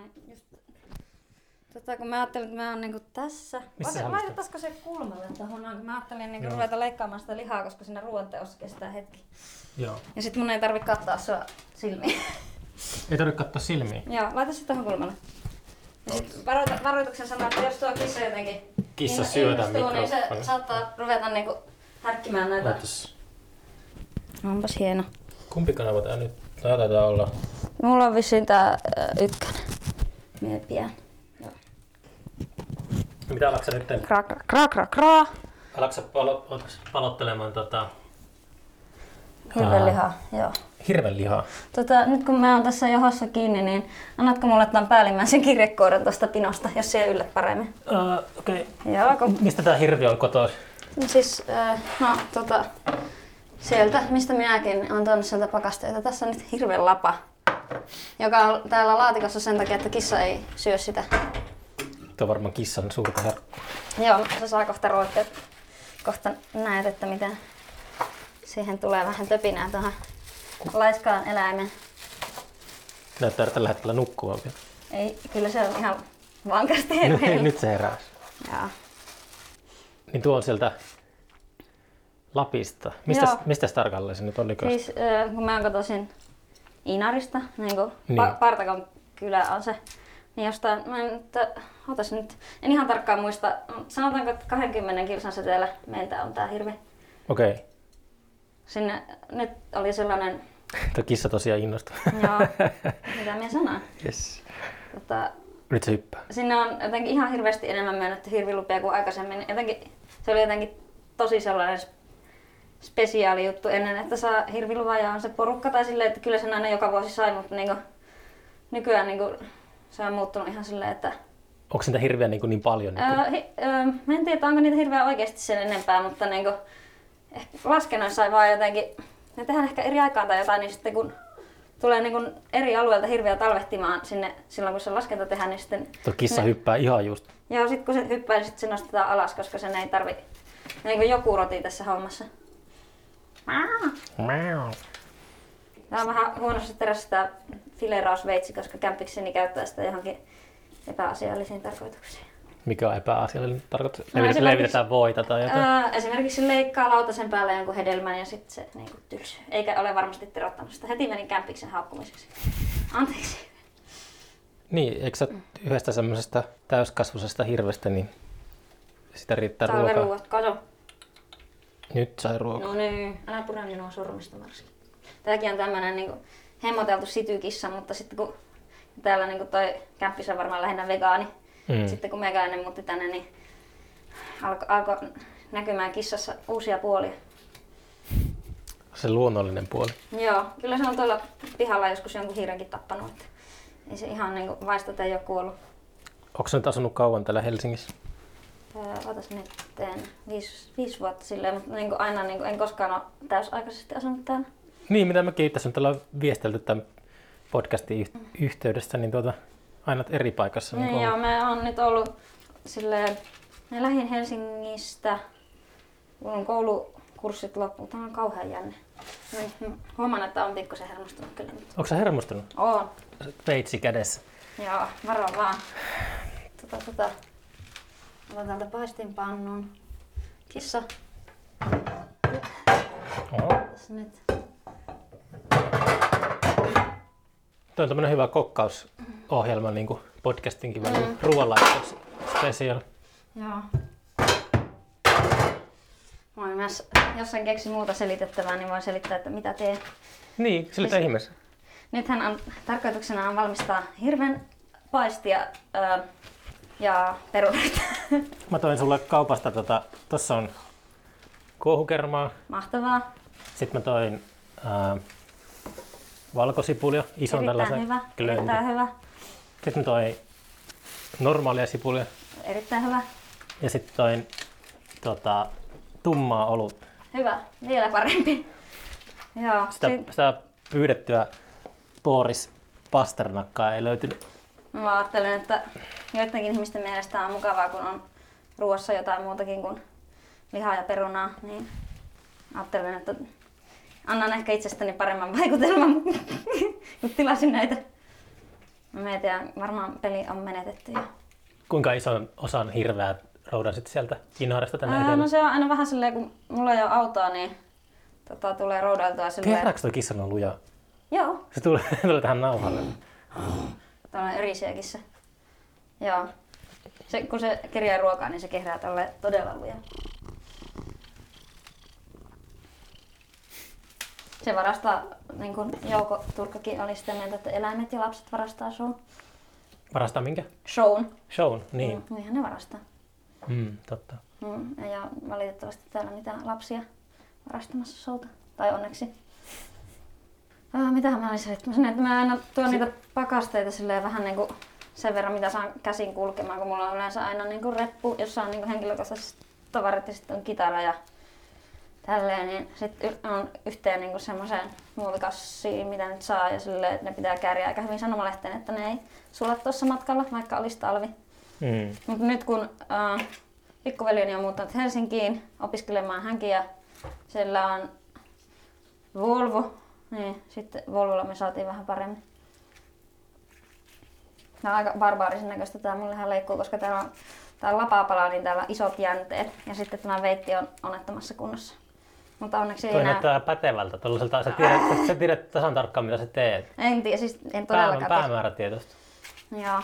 just kun mä ajattelin, että mä oon niinku tässä. Laitettaisiko se kulmalle tohon noin, kun mä ajattelin niinku ruveta leikkaamaan sitä lihaa, koska siinä ruoanteossa kestää hetki. Joo. Ja sit mun ei tarvi katsoa sua silmiin. Ei tarvitse katsoa silmiin? Joo, laita se tohon kulmalle. Ja sit varoituksen sanoa, että jos tuo kissa jotenkin syödään niin se saattaa ruveta niinku härkkimään näitä. Onpas hieno. Kumpi kanava tää nyt taitaa olla? Mulla on vissiin tää ykkönen. Mie pian. Joo. Mitä alatko sä nyt? Kraa. Alatko palottelemaan Hirvenlihaa, joo. Hirvenlihaa? Nyt kun mä oon tässä johossa kiinni, niin annatko mulle tämän päällimmäisen kirjekuoren tuosta pinosta, jos se yllät paremmin? Okei. Joo, mistä tää hirvi on kotoisin? Siis, sieltä, mistä minäkin olen tuonut sieltä pakasteita. Tässä on nyt hirven lapa, joka on täällä laatikossa sen takia, että kissa ei syö sitä. Tuo on varmaan kissan suurta herkkua. Joo, se saa kohta roikkeet. Kohta näet, että miten siihen tulee vähän töpinää tuohon laiskaan eläimen. Näyttää tällä hetkellä nukkua vielä. Ei, kyllä se on ihan vankasti hereillä. Nyt se herää. Joo. Niin tuo on sieltä Lapista. Mistäs tarkalleen se nyt on? Siis kun mä oon kotoisin Inarista, niin Partakon kylä on se, niin jostain, en ihan tarkkaan muista, sanotaanko, että 20 kilsan säteellä meiltä on tää hirvi. Okei. Okay. Sinne nyt oli sellainen... Tuo kissa tosiaan innostuu. Joo, mitä minä sanon. Yes. Nyt se hyppää. Sinne on jotenkin ihan hirveästi enemmän myönnetty hirvilupia kuin aikaisemmin. Se oli jotenkin tosi sellainen spesiaali juttu ennen, että saa hirviluvan ja on se porukka tai silleen, että kyllä sen aina joka vuosi sai, mutta nykyään se on muuttunut ihan silleen, että... Onko niitä hirveä niin paljon? Mä en tiedä, onko niitä hirveä oikeasti sen enempää, mutta laskennoissa sai vaan jotenkin... Ne tehdään ehkä eri aikaan tai jotain, niin sitten kun tulee eri alueelta hirveä talvehtimaan sinne silloin, kun se laskenta tehdään, niin sitten... Tuo kissa hyppää ihan just. Joo, sit kun se hyppää, niin sit se nostetaan alas, koska sen ei tarvi... joku roti tässä hommassa. Tää on vähän huonosti terässä tää filerausveitsi, koska kämpikseni käyttää sitä johonkin epäasiallisiin tarkoituksiin. Mikä on epäasiallinen tarkoitus? Levitetään voita tai jotain? Esimerkiksi leikkaa lautasen päälle jonkun hedelmän ja sitten se tylsyy. Eikä ole varmasti terottanut sitä. Heti menin kämpiksen haukkumiseksi. Anteeksi. Niin, eikö sä yhdestä semmoisesta täyskasvuisesta hirvestä, niin sitä riittää ruokaa? Talveruuat, kato. Nyt sai ruokaa. No niin, älä pure minua sormista varsinkin. Tämäkin on tämmönen hemmoteltu sitykissa, mutta sitten kun täällä toi kämppis on varmaan lähinnä vegaani. Sitten kun meikäläinen muutti tänne, niin alkoi näkymään kissassa uusia puolia. Se luonnollinen puoli. Joo, kyllä se on tuolla pihalla joskus jonkun hiirenkin tappanut. Että ei se ihan vaistot ei ole kuollut. Onko sä nyt asunut kauan täällä Helsingissä? Ootas nyt 5 vuotta silleen, mutta aina en koskaan ole täysaikaisesti asunut täällä. Niin, mitä mäkin tässä on tällä viestelty tämän podcastin yhteydessä, niin aina eri paikassa. Niin joo, mä oon nyt ollut silleen, mä lähdin Helsingistä, kun on koulukurssit loppuun. Tämä on kauhean jänne. Huomaan, että on pikkusen hermostunut kyllä nyt. Onko sä hermostunut? Oon. Veitsi kädessä. Joo, varo vaan. Otan täältä paistinpannun. Kissa. Tässä nyt. Tuo on tämmönen hyvä kokkausohjelma, niin kuin podcastinkin väliin. Ruoanlaitteeksi special. Joo. Voin myös, jos en keksi muuta selitettävää, niin voin selittää, että mitä teen. Niin, selitä ihmeessä. Nythän tarkoituksena on valmistaa hirven paistia ja perunoita. Mä toin sulle kaupasta, tossa on kuohukermaa. Mahtavaa. Sitten mä toin valkosipulia, ison tällaisen. Erittäin hyvä. Sitten mä toin normaalia sipulia. Erittäin hyvä. Ja sitten toin tummaa olutta. Hyvä, vielä parempi. Joo, sitä pyydettyä Boris Pasternakkaa ei löytynyt. Mä ajattelen, että joidenkin ihmisten mielestä on mukavaa, kun on ruoassa jotain muutakin kuin lihaa ja perunaa, niin ajattelen, että annan ehkä itsestäni paremman vaikutelman, kun tilasin näitä. Mä en tiedä, varmaan peli on menetetty jo. Kuinka ison osan hirveä roudasit sieltä Inaarista tänne etelään? No se on aina vähän silleen, kun mulla ei ole autoa, niin tulee roudailtua silleen. Kerääkö toi kissan on luja? Joo. Se tulee tähän nauhalle. Tuolla erisiäkin se. Joo. Kun se kerää ruokaa, niin se kehrää todella lujaa. Se varastaa, niin kuin Jouko Turkkakin oli sitä mieltä, että eläimet ja lapset varastaa shown. Varastaa minkä? Shown. Shown, niin. Niinhän ne varastaa. Totta. Ei ole valitettavasti täällä mitään lapsia varastamassa showta. Tai onneksi. Mitähän mä olin selittämässä? Mä sanoin, että mä aina tuon niitä pakasteita silleen vähän niinku sen verran, mitä saan käsin kulkemaan, kun mulla on yleensä aina niinku reppu, jossa on niinku henkilökohtaiset tavarat ja sitten on kitara ja tälleen, niin sitten on yhteen niinku semmoiseen muovikassiin, mitä nyt saa ja silleen, että ne pitää kääriä aika hyvin sanomalehteen, että ne ei sula tuossa matkalla, vaikka olisi talvi. Mutta nyt kun pikkuveljeni on muuttanut Helsinkiin opiskelemaan hänkin ja siellä on Volvo, niin sitten Volvolla me saatiin vähän paremmin. Tämä on aika barbaarisen näköistä tää mullehan leikkuu, koska täällä on lapapala, niin täällä on isot jänteet ja sitten tämä veitti on onnettomassa kunnossa. Mutta onneksi ei näyttää pätevältä, tuollaiselta. Sä tiedät tasan tarkkaan mitä sä teet. En tiedä, siis en todellakaan tiedä. Päämäärätietoista. Joo.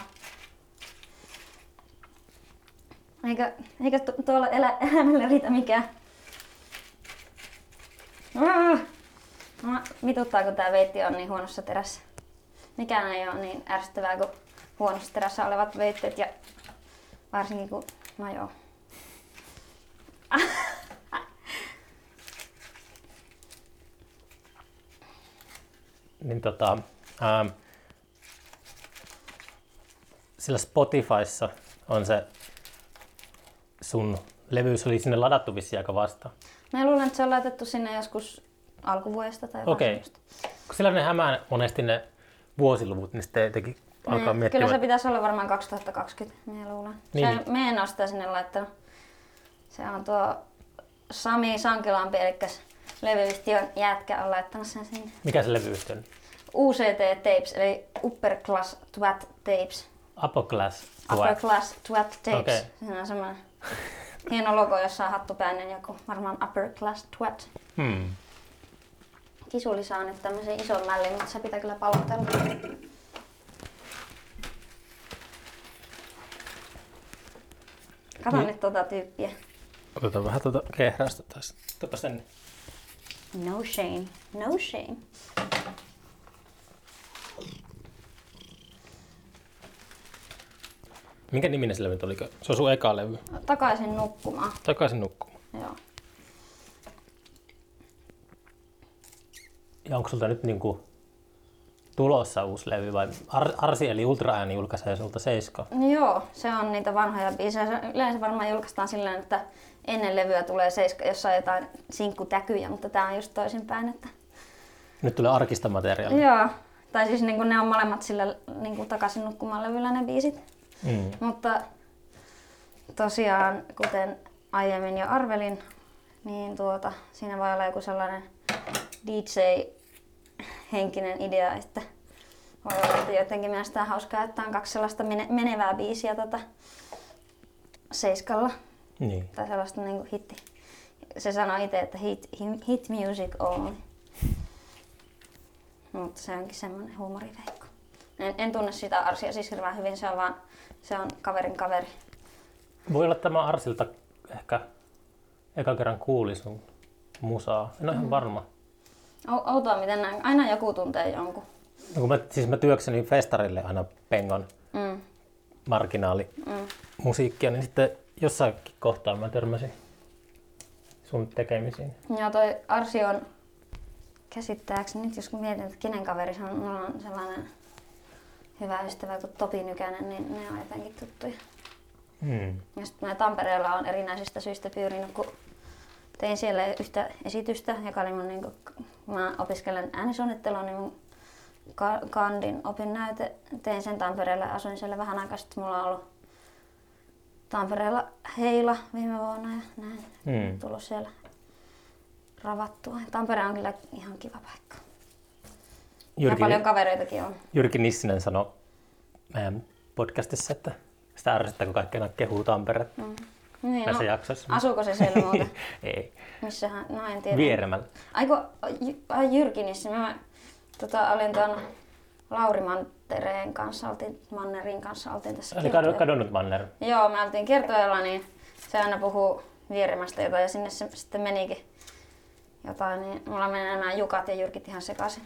Eikö tuolla elämällä riitä mikään? Vituttaa, kun tää veitti on niin huonossa terässä. Mikään ei ole niin ärsyttävää kuin huonossa terässä olevat veitteet ja varsinkin kun... No joo. Niin sillä Spotifyssa on se sun levyys oli sinne ladattu vissiin aika vasta. Mä luulen, että se on laitettu sinne joskus alkuvuodesta tai jotain semmoista. Kun sillä ne hämää monesti ne vuosiluvut, niin sitten teki alkaa miettimään. Kyllä se pitäisi olla varmaan 2020, minä luulen. Niin. Me en ole sitä sinne laittanut. Se on tuo Sami Sankelampi, eli levyyhtiön jätkä on laittanut sen sinne. Mikä se levyyhtiö on? UCT Tapes, eli Upper Class Twat Tapes. Upper Class Upper Class Twat Tapes. Okay. Siinä on semmoinen hieno logo, jossa on hattupäinen joku, varmaan Upper Class Twat. Kisuli saa nyt tämmöisen ison mällin, mutta se pitää kyllä palotella. Kato nyt tota tyyppiä. Otetaan vähän tuota kehrästä taas. Tuota sen. No shame, no shame. Minkä niminen se levy oliko? Se on sun eka levy. Takaisin nukkumaan. Takaisin nukkumaan. Joo. Ja onko sulta nyt niinku tulossa uusi levy vai Arsi eli Ultraääni julkaisee sulta 7? Joo, se on niitä vanhoja biisejä. Yleensä varmaan julkaistaan silleen, että ennen levyä tulee 7, jossa on jotain sinkkutäkyjä, mutta tää on just toisinpäin. Että... Nyt tulee arkista materiaalia. Joo, tai siis niin ne on molemmat sillä niin takaisin nukkumaan levyllä ne biisit. Mutta tosiaan, kuten aiemmin jo arvelin, niin siinä voi olla joku sellainen DJ-henkinen idea, että voi olla, että jotenkin mielestäni hauskaa, että on 2 sellaista menevää biisiä seiskalla. Niin. Tai sellaista niinku hitti. Se sanoi itse, että hit music only. Mutta se onkin semmoinen huumoriveikko. En tunne sitä Arsia siis hirveän hyvin, se on kaverin kaveri. Voi olla, että mä Arsilta ehkä eka kerran kuulin sun musaa. En ole ihan varma. Outoa miten näin. Aina joku tuntee jonkun. No, kun mä työkseni festarille aina pengon marginaalimusiikkia, niin sitten jossain kohtaa mä törmäsin sun tekemisiin. Joo, toi Arsi on käsittääkseni, nyt jos mietin, että kenen kaveri se on, mulla on sellainen hyvä ystävä kuin Topi Nykänen, niin ne on jotenkin tuttuja. Ja sitten mä Tampereella on erinäisistä syistä pyörinyt, kun tein siellä yhtä esitystä, joka oli mun, niin kun mä opiskelen äänisuunnittelua, niin mun kandin opinnäyte. Tein sen Tampereella ja asuin siellä vähän aikaa. Sitten mulla on ollut Tampereella heila viime vuonna ja näin. Tullut siellä ravattua. Tampere on kyllä ihan kiva paikka. Ja paljon kavereitakin on. Jyrki Nissinen sanoi meidän podcastissa, että sitä ärsyttää, kun kaikki aina kehuu Tamperetta Niin, näissä jaksoissa. Asuuko se siellä muuten? Ei. Missähän? No en tiedä. Vieremällä. Jyrkinissä. Mä olin tuon Lauri Mannereen kanssa oltiin tässä Eli kadonnut Manner. Joo, me oltiin kiertueella, niin se aina puhuu Vieremästä jotain ja sinne se sitten menikin jotain, niin mulla meni nämä Jukat ja Jyrkit ihan sekaisin.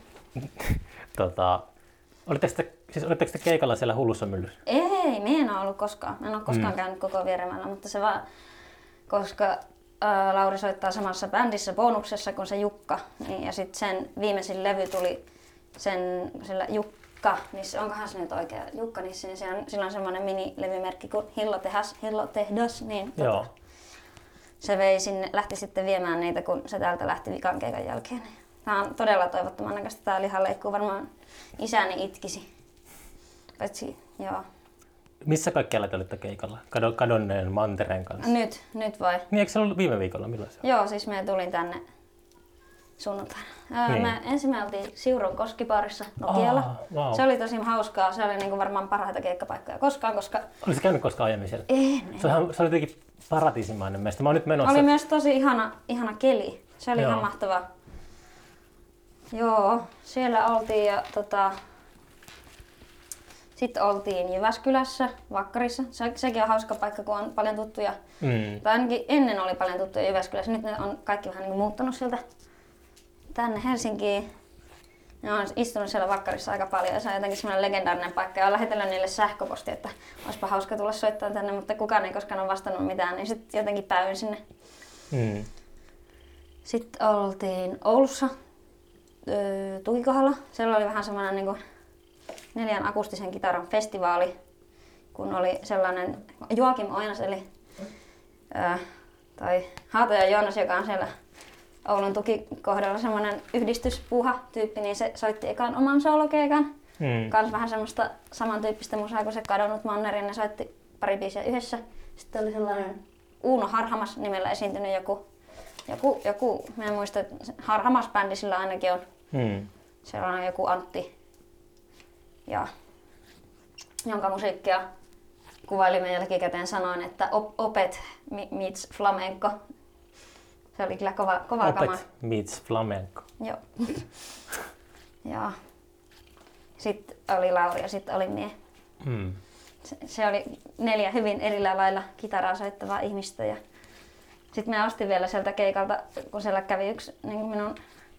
Oletteko te keikalla siellä Hullussa myllyssä? Ei, me en ole ollut koskaan. Mä en ole koskaan käynyt koko Vieremällä, mutta se vaan, koska Lauri soittaa samassa bändissä bonuksessa kuin se Jukka, niin, ja sitten sen viimeisin levy tuli sillä Jukka, niin onkohan se nyt oikea Jukka, niin sillä on semmoinen minilevymerkki kuin Hillotehdas, niin se vei sinne, lähti sitten viemään niitä, kun se täältä lähti vikan keikan jälkeen. Tää on todella toivottoman näköistä tää lihanleikkuu, varmaan isäni itkisi. Paitsi, joo. Missä kaikkialla te olitte keikalla? Kadonneen Mantereen kanssa? Nyt vai? Niin, eikö se ollut viime viikolla? Milloin se on? Joo, siis me tulin tänne sunnuntaina. Niin. Ensin me oltiin Siurun Koskibaarissa Nokialla. Wow. Se oli tosi hauskaa. Se oli niinku varmaan parhaita keikkapaikkoja koskaan, koska... Oletko käynyt koskaan aiemmin siellä? En. Se oli jotenkin paratiisimainen meistä. Mä oon nyt menossa... Oli myös tosi ihana keli. Se oli ihan mahtavaa. Joo, siellä oltiin ja sitten oltiin Jyväskylässä, Vakkarissa. Sekin on hauska paikka, kun on paljon tuttuja. Tai ainakin ennen oli paljon tuttuja Jyväskylässä. Nyt ne on kaikki vähän niin kuin muuttanut sieltä tänne Helsinkiin. Ne on istunut siellä Vakkarissa aika paljon ja se on jotenkin semmoinen legendaarinen paikka. Ja on lähetellyt niille sähköpostia, että olisipa hauska tulla soittamaan tänne, mutta kukaan ei koskaan ole vastannut mitään, niin sitten jotenkin päädyin sinne. Sitten oltiin Oulussa Tukikohdalla. Siellä oli vähän semmoinen niin kuin 4 akustisen kitaran festivaali, kun oli sellainen Joakim Oinaseli tai Haatoja Joonas, joka on siellä Oulun Tukikohdalla semmoinen yhdistyspuuha-tyyppi, niin se soitti ekan oman soolokeikan. Kans vähän semmoista samantyyppistä musaa kuin se kadonnut Manner, ne soitti pari biisiä yhdessä. Sitten oli sellainen Uuno Harhamas nimellä esiintynyt joku, mä en muista, että Harhamas-bändi sillä ainakin on. Sellainen joku Antti, ja jonka musiikkia kuvailimme jälkikäteen sanoin, että Opet meets flamenco. Se oli kyllä kova kama. Opet meets flamenco. Joo. Ja sitten oli Lauri ja sitten oli mie. Se oli 4 hyvin erillä lailla kitaraa soittavaa ihmistä. Ja sitten mä ostin vielä sieltä keikalta, kun siellä kävi yksi niin minun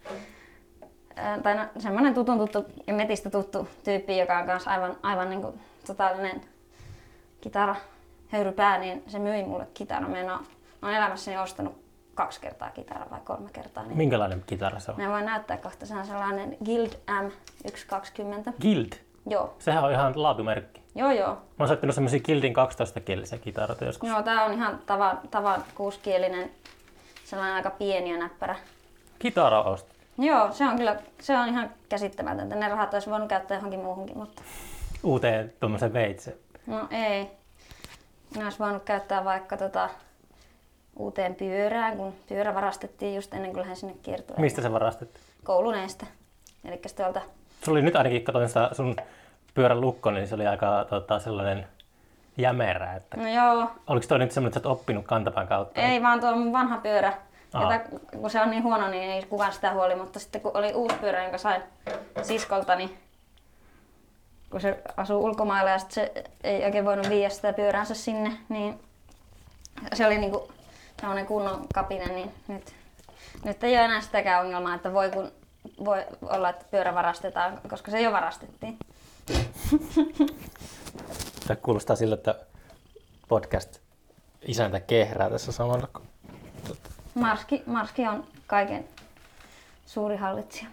semmoinen tuttu ja netistä tuttu tyyppi, joka on kanssa aivan niin kuin totaalinen kitarahöyrypää, niin se myi mulle kitaran. Mä oon elämässäni ostanut 2 kertaa kitaraa vai 3 kertaa. Niin minkälainen kitara se on? mä voin näyttää kohta, se on sellainen Guild M120. Guild? Joo. Sehän on ihan laatumerkki. Joo. Mä oon soittanut semmosia Guildin 12-kielisiä kitaroita joskus. Joo, tää on ihan tavan 6-kielinen, sellainen aika pieni ja näppärä. Kitara ostat? Joo, se on ihan käsittämätöntä. Ne rahat olisi voinut käyttää johonkin muuhunkin, mutta... Uuteen tuommoisen veitseen? No ei. Ne olisi voinut käyttää vaikka uuteen pyörään, kun pyörä varastettiin just ennen kuin lähdin sinne kiertueelle. Mistä se varastettiin? Kouluneesta. Elikkä tuolta... Se oli nyt ainakin, katsoin sitä sun pyörän lukko, niin se oli aika sellainen jämerä. Että... No joo. Oliko toi nyt semmoinen, että sä oot oppinut kantapään kautta? Ei, vaan tuo mun vanha pyörä. Kun se on niin huono, niin ei kukaan sitä huoli, mutta sitten kun oli uusi pyörä, jonka sain siskolta, niin kun se asuu ulkomailla ja se ei oikein voinut viedä sitä pyöräänsä sinne, niin se oli niinku semmoinen kunnon kapinen, niin nyt ei ole enää sitäkään ongelmaa, että voi olla, että pyörä varastetaan, koska se jo varastettiin. Tämä kuulostaa siltä, että podcast isäntä kehrää tässä samalla. Marski on kaiken suuri hallitsija.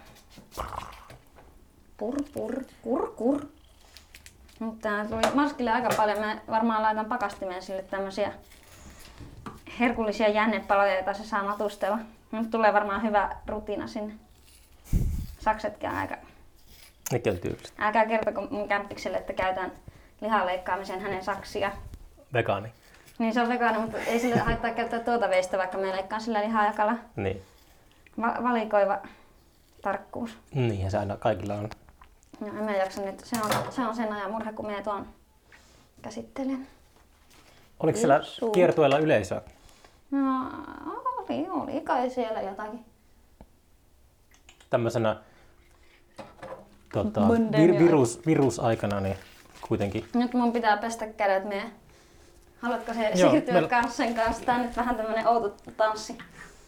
Kur. Mutta tuli Marskille aika paljon. Mä varmaan laitan pakastimeen sille tämmösiä herkullisia jännepaloja, joita se saa matustella. Nyt tulee varmaan hyvä rutiina sinne. Saksetkin on aika... Nekin on tyyppiset. Älkää kertoko mun kämppikselle, että käytän lihanleikkaamiseen hänen saksia. Vegaani. Niin se on vegaani, mutta ei sille haittaa käyttää tuota veistä, vaikka me leikkaan sillä lihaa jakalla. Niin. Valikoiva tarkkuus. Niinhän se aina kaikilla on. No, en mä jaksa nyt. Se on sen ajan murhe, kun minä tuon käsittelen. Oliko siellä kiertueella yleisöä? No, oli kai siellä jotakin. Tämmöisenä virusaikana niin kuitenkin. Nyt mun pitää pestä kädet meidän. Haluatko siirtyä kanssa sen kanssa? Tää on nyt vähän tämmönen outo tanssi.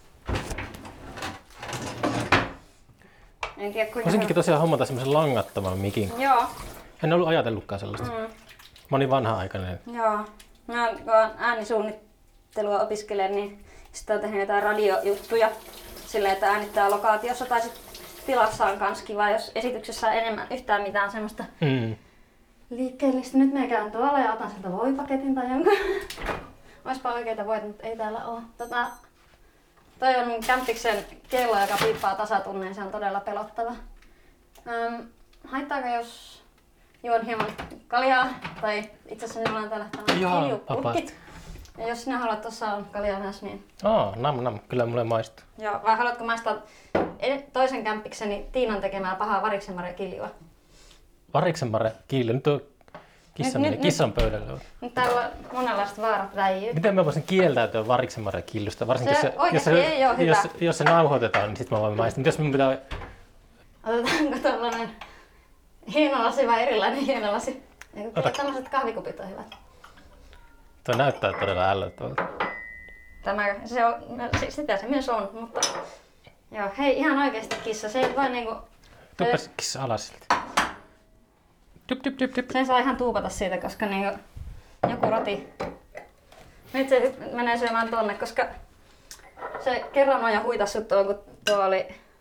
En tiedä kuinka... Voisinkin tosiaan hommata semmoisen langattoman mikin. Joo. En ollut ajatellutkaan sellaista. Mä olin vanha-aikainen. Joo. Mä kun äänisuunnittelua opiskelen, niin sitten on tehnyt jotain radiojuttuja silleen, että äänittää lokaatiossa tai sit tilassa on kans kiva, jos esityksessä on enemmän yhtään mitään semmoista liikkeellistä. Nyt mä käyn tuolla ja otan sieltä voipaketin tai jonkun. Oispa oikeita voita, mutta ei täällä oo. Toi on mun kämpiksen kello, joka piippaa tasatunneen, se on todella pelottava. Haittaako jos juon hieman kaljaa, tai itse asiassa minulla on täällä kiljupurkki. Ja jos sinä haluat, tuossa on kaljaa myös, niin... Nam, kyllä mulle maistuu. Joo, vai haluatko maistaa toisen kämpikseni Tiinan tekemää pahaa variksenmarjakiljua? Variksenmarjakilju? Nyt on kissan pöydällä. Nyt täällä on monenlaista vaarat väijyy. Miten mä voisin kieltäytyä variksenmarjakiljusta? Varsinkin jos se nauhoitetaan, niin sit mä voin maistaa. Jos mun pitää... Otetaanko tollanen hieno lasi vai erilainen hieno lasi? Tällaiset kahvikupit on hyvät. Tuo näyttää todella ällöttävältä. Sitä se myös on, mutta... Joo, hei ihan oikeesti kissa, se ei vain niinku... Tuppes kissa alas siltä. Sen saa ihan tuupata siitä, koska niinku joku roti... Nyt se menee syömään tonne, koska se kerran on jo huitassut tuon, kun tuo oli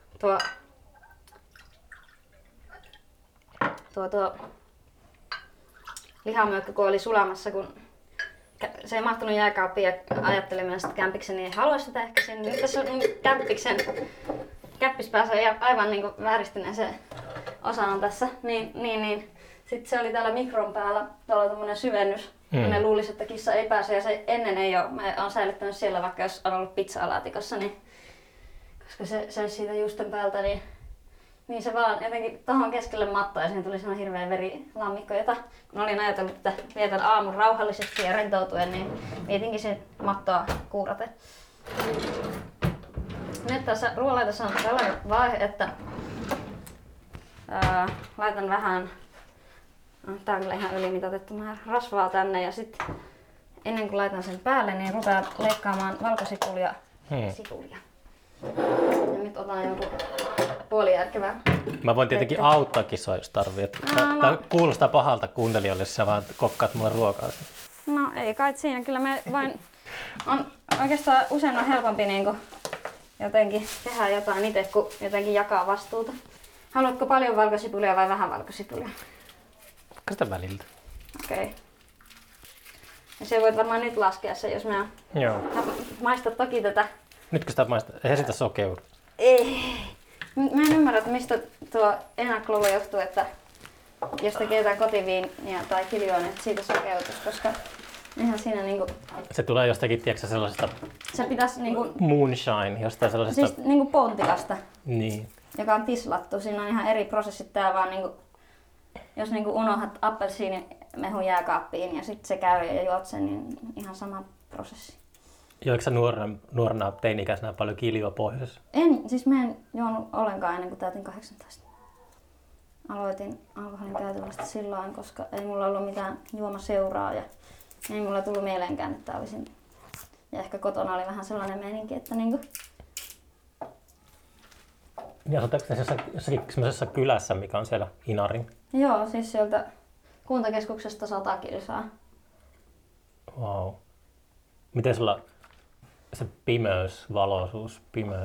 tuo lihamyökkö, kun oli sulamassa, kun se ei mahtunut jääkaappiin ja ajattelin myös, että kämpikseni ei halua sitä ehkä sinne. Nyt tässä on käppis pääsee aivan niin vääristyneeseen osaan tässä. Niin. Sitten se oli täällä mikron päällä, tuolla on tämmönen syvennys. Ne luulisi, että kissa ei pääse ja se ennen ei ole. Mä oon säilyttänyt siellä, vaikka jos on ollut pizzalaatikossa, niin koska se olisi siitä juusten päältä, niin se vaan jotenkin tohon keskelle mattoa ja siihen tuli sellainen hirveä verilammikko, jota kun olin ajatellut, että vietän aamun rauhallisesti ja rentoutuen, niin vietinkin sen mattoa kuuraten. Nyt tässä ruoanlaitossa on tällainen vaihe, että laitan vähän, tää on kyllä ihan ylimitoitettu määrä rasvaa tänne ja sitten ennen kuin laitan sen päälle, niin rupean leikkaamaan valkosipulia ja sipulia. Ja nyt otan jonkun puolijärkevää. Mä voin tietenkin auttaa kissaa, jos tarvii. Tää kuulostaa pahalta kuuntelijoille, jos sä vaan kokkaat mulle ruokaa. No ei kai siinä. Kyllä me voin... On oikeastaan usein on helpompi niinku jotenkin tehdä jotain itse, kuin jotenkin jakaa vastuuta. Haluatko paljon valkosipulia vai vähän valkosipulia? Sitä väliltä. Okei. Ja se voit varmaan nyt laskea se, jos mä... Joo. Maistat toki tätä. Nytkö sitä maistaa? Eihän sitä sokeudu. Ei. Mä en ymmärrä, että mistä tuo ennakkoluulo johtuu, että jos tekee jotain kotiviiniä tai kiljua, niin siitä sokeutus, koska eihän siinä niinku... Se tulee jostakin, tiedätkö sellaisesta... Se pitäisi niinku... Moonshine, jostain sellaisesta... Siis niinku pontilasta. Niin. Joka on tislattu. Siinä on ihan eri prosessit. Tää vaan niinku... Jos niinku unohdat appelsiinimehun jääkaappiin ja sitten se käy ja juot sen, niin ihan sama prosessi. Joiko sä nuorena teini-ikäisenä paljon kiljua pohjoisessa? Siis mä en juonut ollenkaan ennen kuin täytin 18. Aloitin alkoholin käytön vasta silloin, koska ei mulla ollut mitään juomaseuraa ja ei mulla tullut mieleenkään, että olisin. Ja ehkä kotona oli vähän sellainen meininki, että niinku... Ja asutaanko jossakin semmoisessa kylässä, mikä on siellä Inarin? Joo, siis sieltä kuntakeskuksesta 100 kilsaa. Wow. Miten sulla se pimeys, valoisuus?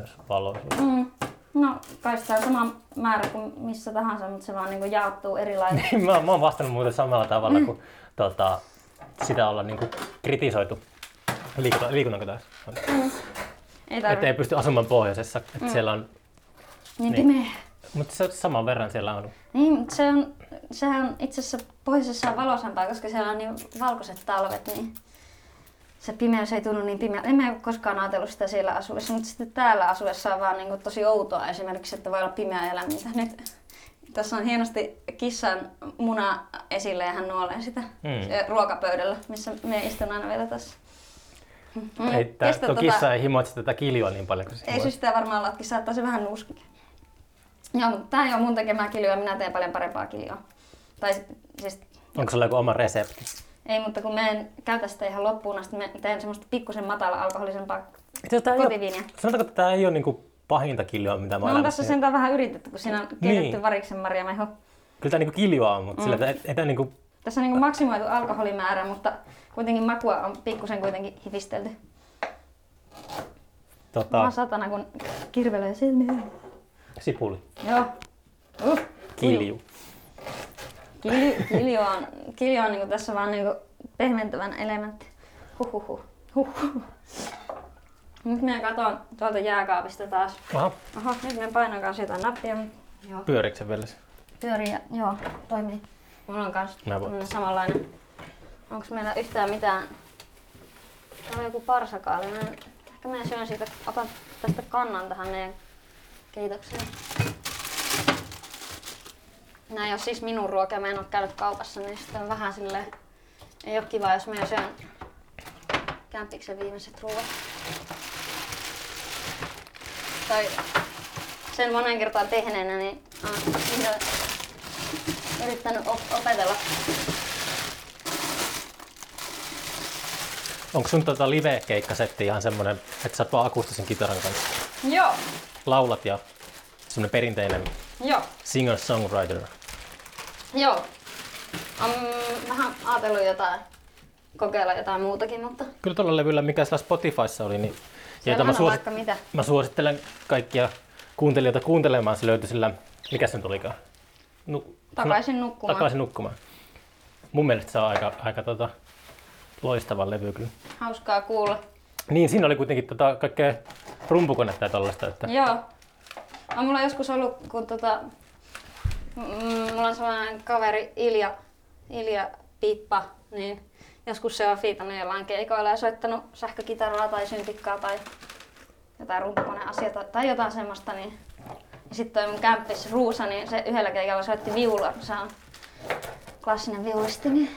No, kai sitä on sama määrä kuin missä tahansa, mutta se vaan niinku jaottuu erilaisesti. mä oon vastannut muuten samalla tavalla, kun sitä ollaan niinku kritisoitu. Liikunnanko tässä? Että ei pysty asumaan pohjoisessa, että siellä on... Niin pimeä. Mutta se saman verran siellä on. Niin, sehän on itse asiassa pohjoisessa on valoisampaa, koska siellä on niin valkoiset talvet, niin se pimeys ei tunnu niin pimeältä. En mä koskaan ajatellut sitä siellä asuessa, mutta sitten täällä asuessa on vaan niin tosi outoa esimerkiksi, että voi olla pimeää ja lämmintä. Nyt Tässä on hienosti kissan muna esille ja hän nuolee sitä ruokapöydällä, missä me istun aina vielä tässä. Tuo kissa ei himoitse tätä kiljoa niin paljon kuin se ei se sitä varmaan latki, saattaa se vähän nuuskia. Joo, mutta tää ei ole mun tekemää kiljoa, minä teen paljon parempaa kiljoa. Tai siis... Onko sulla joku oma resepti? Ei, mutta kun mä en käytä sitä ihan loppuun asti, mä teen semmoista pikkusen matala-alkoholisempaa kotiviiniä. Sanotaanko, että tää ei ole niinku pahinta kiljoa, mitä mä on tässä sentään vähän yritetty, kun siinä on keitetty variksen marjamehu. Kyllä tää niinku kiljoa on, mutta sillä ei tää niinku... Tässä on niinku maksimoitu alkoholimäärä, mutta kuitenkin makua on pikkusen kuitenkin hifistelty. Mä satana, kun kirvelee silmiä. Sipuli. Joo. Kilju. Kilju on niinku tässä vaan niinku pehmentävän elementti. Nyt minä katon tuolta jääkaapista taas. Oho, nyt minä painan kanssa jotain nappia. Pyöriikö se vielä? Pyörii, joo, toimii. Mulla on kans samanlainen. Onko meillä yhtään mitään? Täällä on joku parsakaali. Ehkä minä syön siitä, otan tästä kannan tähän meidän keitokseen. Nää ei oo siis minun ruokia, mä en oo käynyt kaupassa, niin sitten on vähän silleen... Ei oo kiva, jos mä syön kämpiksen viimeiset ruoat. Tai sen monen kertaan tehneenä, niin olen yrittänyt opetella. Onko sun live-keikkasetti ihan semmonen, että sä oot vaan akustisen kitaran kanssa? Joo. Laulat ja semmonen perinteinen singer-songwriter? Joo. Olen vähän ajatellut kokeilla jotain muutakin, mutta... Kyllä tuolla levyllä, mikä siellä Spotifyssa oli, niin... Mä suosittelen kaikkia kuuntelijoita kuuntelemaan, se löytyi sillä... Mikä sen tulikaan? Takaisin nukkumaan. Takaisin nukkumaan. Mun mielestä se on aika loistava levy kyllä. Hauskaa kuulla. Niin, siinä oli kuitenkin kaikkea rumpukonetta ja tollaista. Että... Joo. On mulla joskus ollut, kun mulla on sellainen kaveri Ilja Pippa, niin joskus se on fiitannut jollain keikoilla ja soittanut sähkökitaraa tai syntikkaa tai jotain rumpukoneasiaa tai jotain semmoista. Niin... Ja sitten toi mun kämppis Ruusa, niin se yhdellä keikalla soitti viulua, kun se on klassinen viulisti. Niin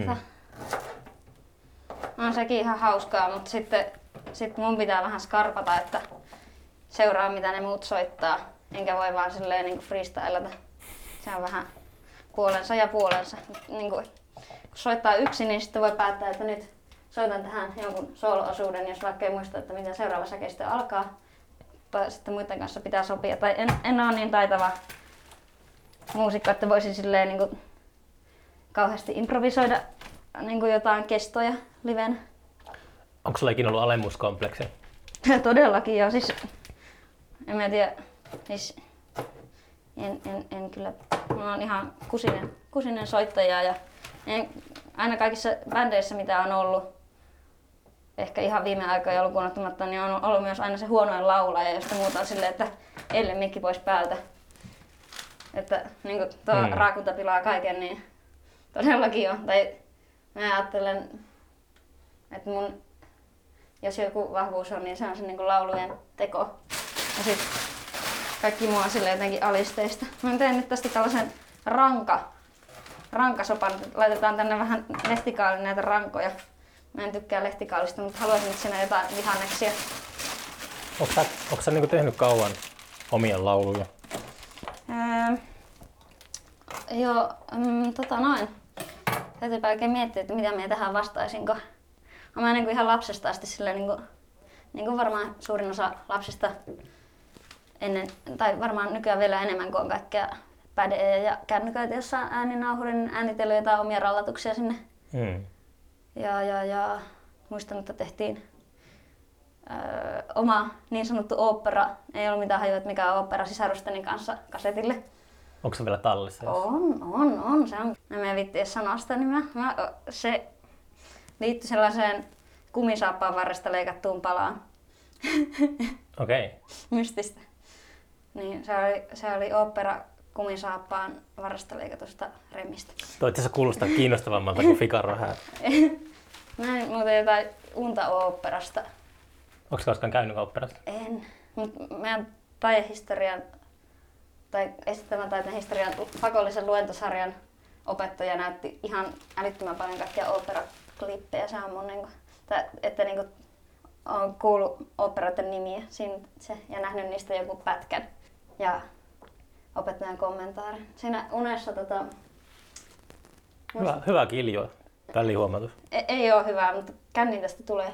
on sekin ihan hauskaa, mutta sitten mun pitää vähän skarpata, että seuraa mitä ne muut soittaa. Enkä voi vaan silleen niin kuin freestylata. Se on vähän puolensa ja puolensa. Niin kuin, kun soittaa yksin, niin sitten voi päättää, että nyt soitan tähän jonkun soolo-osuuden, jos vaikka ei muista, että miten seuraava säkeistö alkaa. Tai sitten muiden kanssa pitää sopia. Tai en ole niin taitava muusikko, että voisin silleen niin kuin kauheasti improvisoida niin kuin jotain kestoja livenä. Onko sulla ikinä ollut alemmuuskompleksi? Todellakin joo. Siis, en mä tiedä. Siis, en kyllä. Mä oon ihan kusinen soittaja ja aina kaikissa bändeissä mitä on ollut, ehkä ihan viime aikoina lukuun ottamatta, niin on ollut myös aina se huonoin laulaja, josta muuta on silleen, että ellen mikki pois päältä. Että niin kuin tuo raakunta pilaa kaiken, niin todellakin on. Tai mä ajattelen, että jos joku vahvuus on, niin se on se niin kuin laulujen teko. Ja sit kaikki muu on sille jotenkin alisteista. Mä teen nyt tästä tällaisen rankasopan. Laitetaan tänne vähän lehtikaalin näitä rankoja. Mä en tykkää lehtikaalista, mutta haluaisin nyt siinä jotain vihanneksia. Onko sä niinku tehnyt kauan omia lauluja? Joo, noin. Täytyypä oikein miettiä, että mitä minä tähän vastaisinko. Mä niin kuin ihan lapsesta asti silleen, niin kuin varmaan suurin osa lapsista ennen, tai varmaan nykyään vielä enemmän kuin on kaikkea pädejä ja kännyköitä, jossa on ääninauhurin äänitellyt jotain omia rallatuksia sinne. Ja muistan, että tehtiin oma niin sanottu ooppera. Ei ollut mitään hajua, että mikä on ooppera sisarusteni kanssa kasetille. Onko se vielä tallissa? On. Se on. Mä en viitti edes sanoa sitä nimeä. Se liittyi sellaiseen kumisaappaan varresta leikattuun palaan. Okei. Okay. Mystistä. Niin, se oli ooppera kumisaappaan varresta leikatusta remistä. Toi itse asiassa kuulostaa kiinnostavammalta kuin Figaro Hää. Mä en muuten jotain unta oopperasta. Onko koskaan käynyt oopperasta? En. Mut meidän taidehistorian tai esittävän taiteen historian pakollisen luentosarjan opettaja näytti ihan älyttömän paljon kaikkia oopperaklippejä. Se on mun niinku, että niinku on kuullut oopperoiden nimiä ja nähnyt niistä joku pätkän ja opettajan kommentaarin. Siinä unessa Hyvä kiljo, välihuomautus. Ei ole hyvää, mutta känni tästä tulee.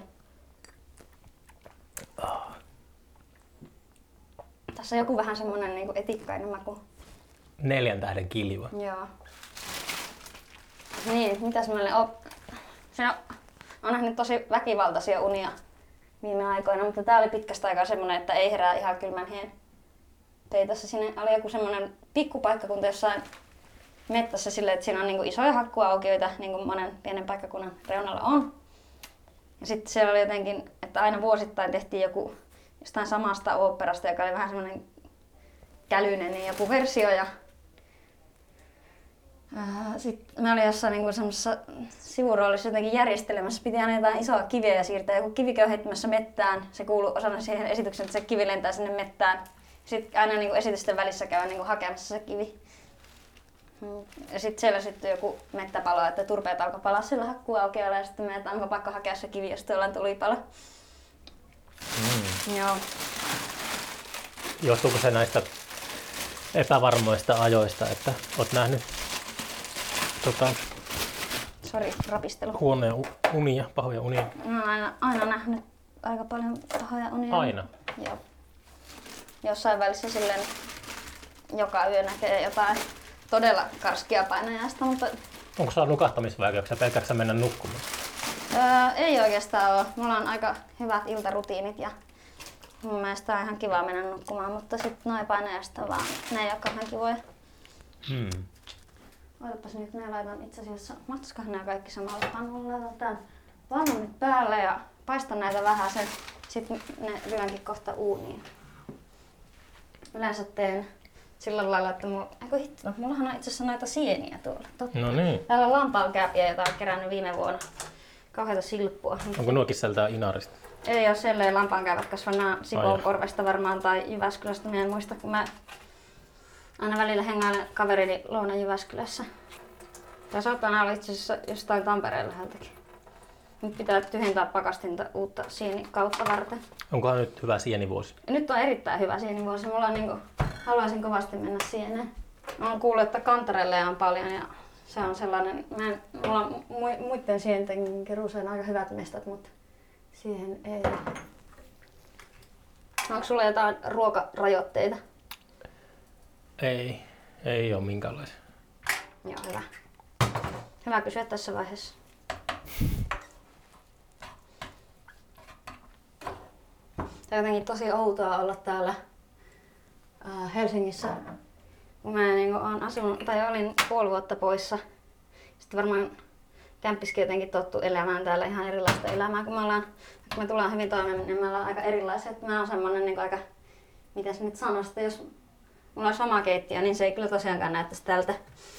Tässä on joku vähän semmonen niinku etikkainen maku. 4 tähden kiljo. Joo. Niin, mitäs meille on? Siinä on nähnyt tosi väkivaltaisia unia viime aikoina, mutta tää oli pitkästä aikaa semmonen, että ei herää ihan kylmän hien peitossa. Siinä oli joku semmonen pikkupaikkakunta jossain mettässä silleen, että siinä on niinku isoja hakkuaukioita, niin kuin monen pienen paikkakunnan reunalla on. Ja sitten siellä oli jotenkin, että aina vuosittain tehtiin joku jostain samasta oopperasta, joka oli vähän semmoinen kälyinen, niin joku versio. Ja sitten me oli jossain niinku semmoisessa sivuroolissa jotenkin järjestelemässä, piti aina jotain isoa kiveä siirtää. Joku kivikö on heittämässä mettään, se kuului osana siihen esitykseen, että se kivi lentää sinne mettään. Sitten aina niinku esitysten välissä käy niinku hakemassa se kivi. Ja sitten siellä syttyi joku mettäpalo, että turpeet alkoi palaa sillä hakkuaukiolla ja sitten meitä onko pakko hakea se kivi, jos tuolla on tulipalo. Joo. Johtuuko se näistä epävarmoista ajoista, että olet nähnyt rapistelu. Huoneen unia, pahoja unia? Mä oon aina nähnyt aika paljon pahoja unia. Aina? Joo. Jossain välissä silleen joka yö näkee jotain todella karskia painajaista, mutta... Onko sulla nukahtamisvaikeuksia? Pelkäätkö sä mennä nukkumaan? Ei oikeastaan ole. Mulla on aika hyvät iltarutiinit ja mun mielestä on ihan kiva mennä nukkumaan, mutta sitten noin painajasta vaan ne ei ole kauhean kivoja. Oitapas nyt, ne laitan itse asiassa, matskahan nämä kaikki samalla pannulla. Laitan tämän pannun nyt päälle ja paistan näitä vähän sen. Sitten ne lyönkin kohta uuniin. Yleensä teen sillä lailla, että mullahan on itse asiassa noita sieniä tuolla. Totta. No niin. Täällä on lampaankääpiä, jota olen kerännyt viime vuonna. Kauheita silppua. Onko nuokin sieltä Inarista? Ei ole, siellä ei lampaankäävät kasvanut Sipoonkorvesta varmaan tai Jyväskylästä. Minä en muista, kun mä aina välillä hengailen kaverini luona Jyväskylässä. Tai saattaa olla itse asiassa jostain Tampereen läheltäkin. Nyt pitää tyhjentää pakastinta uutta sienikautta varten. Onkohan nyt hyvä sienivuosi? Nyt on erittäin hyvä sienivuosi. Mulla on haluaisin kovasti mennä sieneen. Mä oon kuullut, että Kantarelle on paljon ja se on sellainen... Mulla on muiden sienten keruuseen aika hyvät mestat, mutta siihen ei. Onko sulla jotain ruokarajoitteita? Ei ole minkäänlaisia. Joo, hyvä. Hyvä kysyä tässä vaiheessa. Tämä on jotenkin tosi outoa olla täällä Helsingissä. Kun mä olen asunut, tai olin puoli vuotta poissa. Sitten varmaan kämppiskin jotenkin tottu elämään täällä ihan erilaista elämää, kun me tullaan hyvin toimeen, niin me ollaan aika erilaisia. Mä oon semmonen aika, mitä se nyt sanoisi, että jos mulla olisi oma keittiö, niin se ei kyllä tosiaankaan näyttäisi tältä.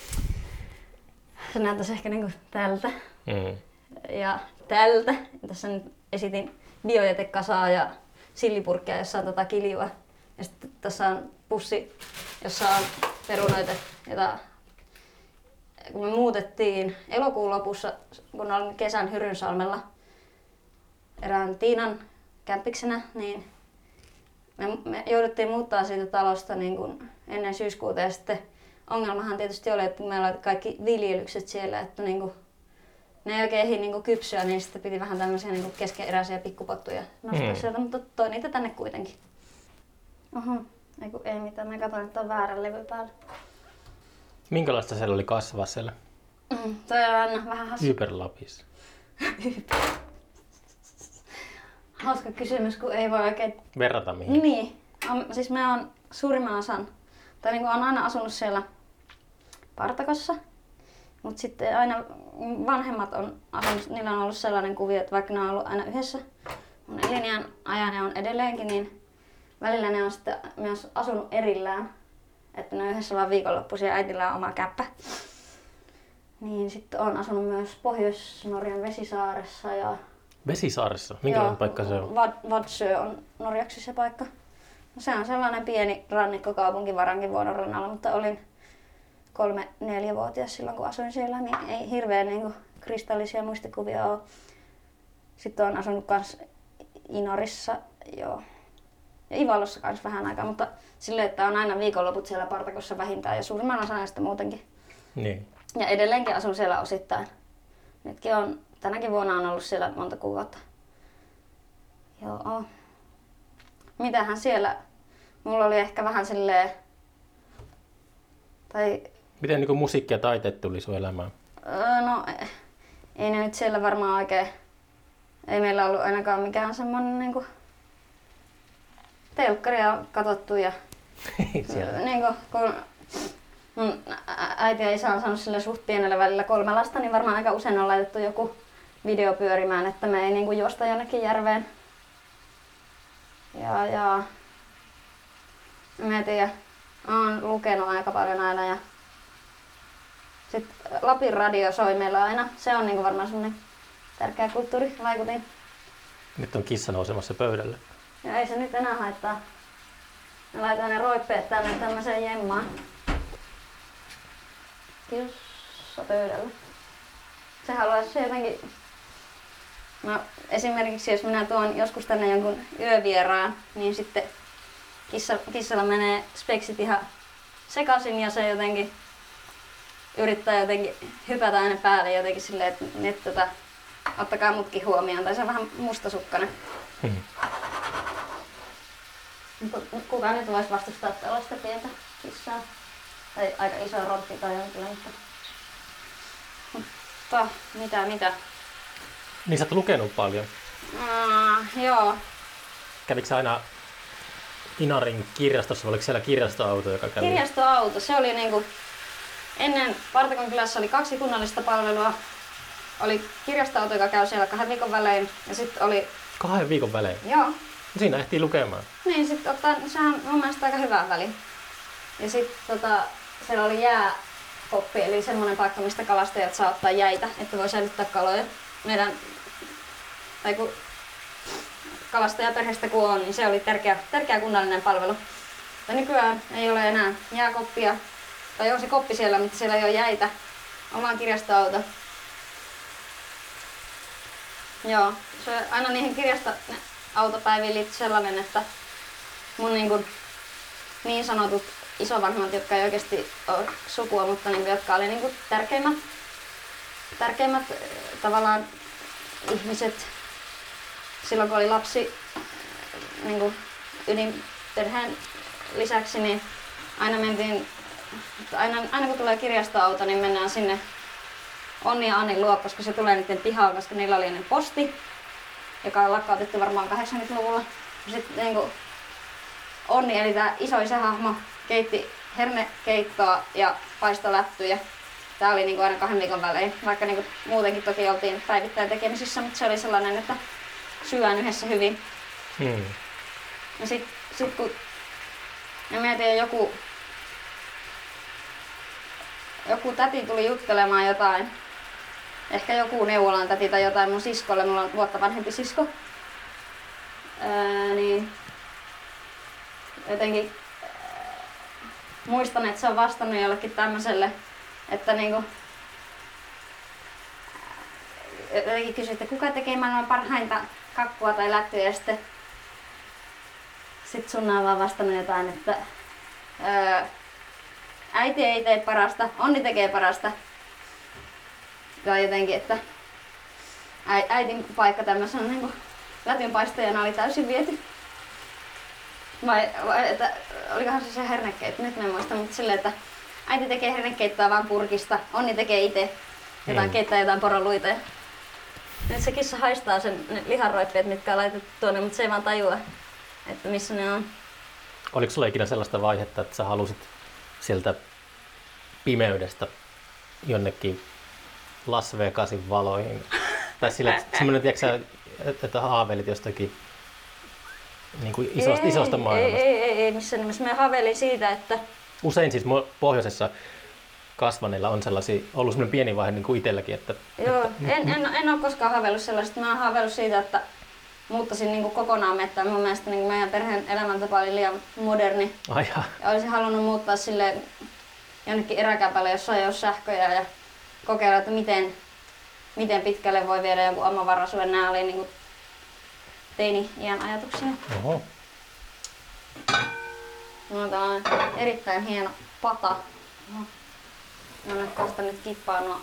Se näyttäisi ehkä tältä. Ja tältä. Tässä nyt esitin biojätekasaa ja sillipurkkia, jossa on kiljua. Ja sitten tässä on pussi, jossa on perunoita, jota kun me muutettiin elokuun lopussa, kun olin kesän Hyrynsalmella erään Tiinan kämppiksenä, niin me jouduttiin muuttaa siitä talosta niin kuin ennen syyskuuta. Ja sitten ongelmahan tietysti oli, että meillä oli kaikki viljelykset siellä, että niin kuin ne ei oikein ehdi niin kypsyä, niin sitten piti vähän tämmöisiä niin keskeneräisiä pikkupottuja nostaa sieltä, mutta toi niitä tänne kuitenkin. Oho, ei mitään, mä katsoin, että on väärä levy päällä. Minkälaista siellä oli kasvaa siellä? Toi on aina vähän hassu. Yberlapissa. Hauska kysymys, kun ei voi oikein... Verrata mihin? Niin. Siis mä oon suurimman osan, tai niin kuin oon aina asunut siellä Partakossa. Mutta sitten aina vanhemmat on asunut, niillä on ollut sellainen kuvio, että vaikka ne on ollut aina yhdessä mun eliniän ajan ja on edelleenkin, niin välillä ne on sitten myös asunut erillään. Että ne on yhdessä vaan viikonloppuisin ja äitillä on oma käppä. Niin sitten on asunut myös Pohjois-Norjan Vesisaaressa ja... Vesisaaressa? Minkälainen paikka se on? Vadsö on norjaksi se paikka. Se on sellainen pieni rannikkokaupunki Varangivuonon rannalla, mutta olin 3-4-vuotias silloin kun asuin siellä, niin ei hirveän niin kristallisia muistikuvia ole. Sitten olen asunut kans Inarissa joo. Ja Ivalossa kans vähän aikaa, mutta silleen, että on aina viikonloput siellä Partakossa vähintään ja suurimman osan ajasta muutenkin. Niin. Ja edelleenkin asun siellä osittain. Nytkin on, tänäkin vuonna on ollut siellä monta kuukautta. Joo. Mitähän siellä? Mulla oli ehkä vähän silleen... Miten niin musiikki ja taiteet tuli sun elämään? No, ei ne nyt siellä varmaan oikein... Ei meillä ollut ainakaan mikään semmonen niinku... Telkkaria katsottu ja... niinku, kun mun äiti ja isä on saanut sille suht pienellä välillä 3 lasta, niin varmaan aika usein on laitettu joku video pyörimään, että me ei niinku juosta jonnekin järveen. Ja mä en tiedä, oon lukenut aika paljon aina ja sit Lapin radio soi meillä aina. Se on niinku varmaan semmonen tärkeä kulttuurivaikutin. Nyt on kissa nousemassa pöydälle. Ja ei se nyt enää haittaa. Mä laitan ne roippeet tänne tämmöiseen jemmaan. Kissa pöydällä. Se haluaisi jotenkin... No, esimerkiksi jos minä tuon joskus tänne jonkun yövieraan, niin sitten kissalla menee speksit ihan sekaisin ja se jotenkin yrittää jotenkin hypätä aina päälle jotenkin silleen, että ottakaa mutkin huomioon. Tai se on vähän mustasukkainen. Kuka nyt voisi vastustaa tällaista pientä kissaa? Tai aika iso rotti tai jonkinlainen. Mutta mitä? Niin sä oot lukenut paljon. Joo. Kävikö sä aina Inarin kirjastossa, vai oliko siellä kirjastoauto, joka kävi? Kirjastoauto, se oli niinku... Ennen Partakon kylässä oli 2 kunnallista palvelua. Oli kirjastoauto, joka käy siellä 2 viikon välein. Ja sitten oli... 2 viikon välein? Joo. Siinä ehtii lukemaan. Niin, sitten sehän on mun mielestä aika hyvä väli. Ja sitten siellä oli jääkoppi, eli semmoinen paikka, mistä kalastajat saa ottaa jäitä, että voi säilyttää kaloja. Tai kun kalastajaperheestä kun on, niin se oli tärkeä kunnallinen palvelu. Mutta nykyään ei ole enää jääkoppia, tai on se koppi siellä, mutta siellä ei ole jäitä. Omaan kirjastoauto. Joo, se aina niihin kirjastoautopäiviin liittyy sellainen, että mun niin sanotut isovanhemmat, jotka ei oikeasti ole sukua, mutta jotka oli tärkeimmät tavallaan ihmiset silloin kun oli lapsi ydinperheen lisäksi, niin aina kun tulee kirjastoauto, niin mennään sinne Onni ja Annin luo, koska se tulee niiden pihaan, koska niillä oli ennen posti, joka on lakkautettu varmaan 80-luvulla. Sitten Onni, eli tää iso isähahmo, keitti hernekeittoa ja paistoi lättyjä. Tää oli aina 2 viikon välein, vaikka muutenkin toki oltiin päivittäin tekemisissä, mutta se oli sellainen, että syödään yhdessä hyvin. Ja sit kun en tiedä, joku täti tuli juttelemaan jotain, ehkä joku neuvolan täti tai jotain mun siskolle, mulla on vuotta vanhempi sisko, niin jotenkin muistan, että se on vastannut jollekin tämmöiselle, että jotenkin kysyi, että kuka tekee maailman parhainta kakkua tai lättyjä, ja sitten Sunna on vaan vastannut jotain, että äiti ei tee parasta, Onni tekee parasta. Tai jotenkin, että äitin paikka tämmöisen lätynpaistajana oli täysin viety. Vai että olikohan se hernekeitto, nyt en muista, mutta silleen, että äiti tekee hernekeittoa vaan purkista, Onni tekee itse keittää jotain poroluita. Ja nyt se kissa haistaa ne lihanroippeet, mitkä on laitettu tuonne, mutta se ei vaan tajua, että missä ne on. Oliko sulla ikinä sellaista vaihetta, että sä halusit sieltä pimeydestä jonnekin Las Vegasin valoihin? Tai sillä, että semmoinen, tiedätkö, että haaveilit jostakin niin kuin isosta maailmasta? Ei missään nimessä. Mä haaveilin siitä, että... Usein siis pohjoisessa kasvaneilla on ollut semmoinen pieni vaihe niin kuin itselläkin. Että, joo, en ole koskaan haaveillut sellaista. Mä oon haaveillut siitä, että muuttaisin niin kuin kokonaan mettään. Mun mielestä niin meidän perheen elämäntapa oli liian moderni. Ai jaa. Ja olisin halunnut muuttaa sille jonnekin eräkäpälle, jossa ei ole sähköjä ja kokeilla, että miten pitkälle voi viedä jonkun omavaraisuuden. Nämä oli niin kuin teini-iän ajatuksia. Oho. No, tää on erittäin hieno pata. No nyt kohta nyt kippaa nuo.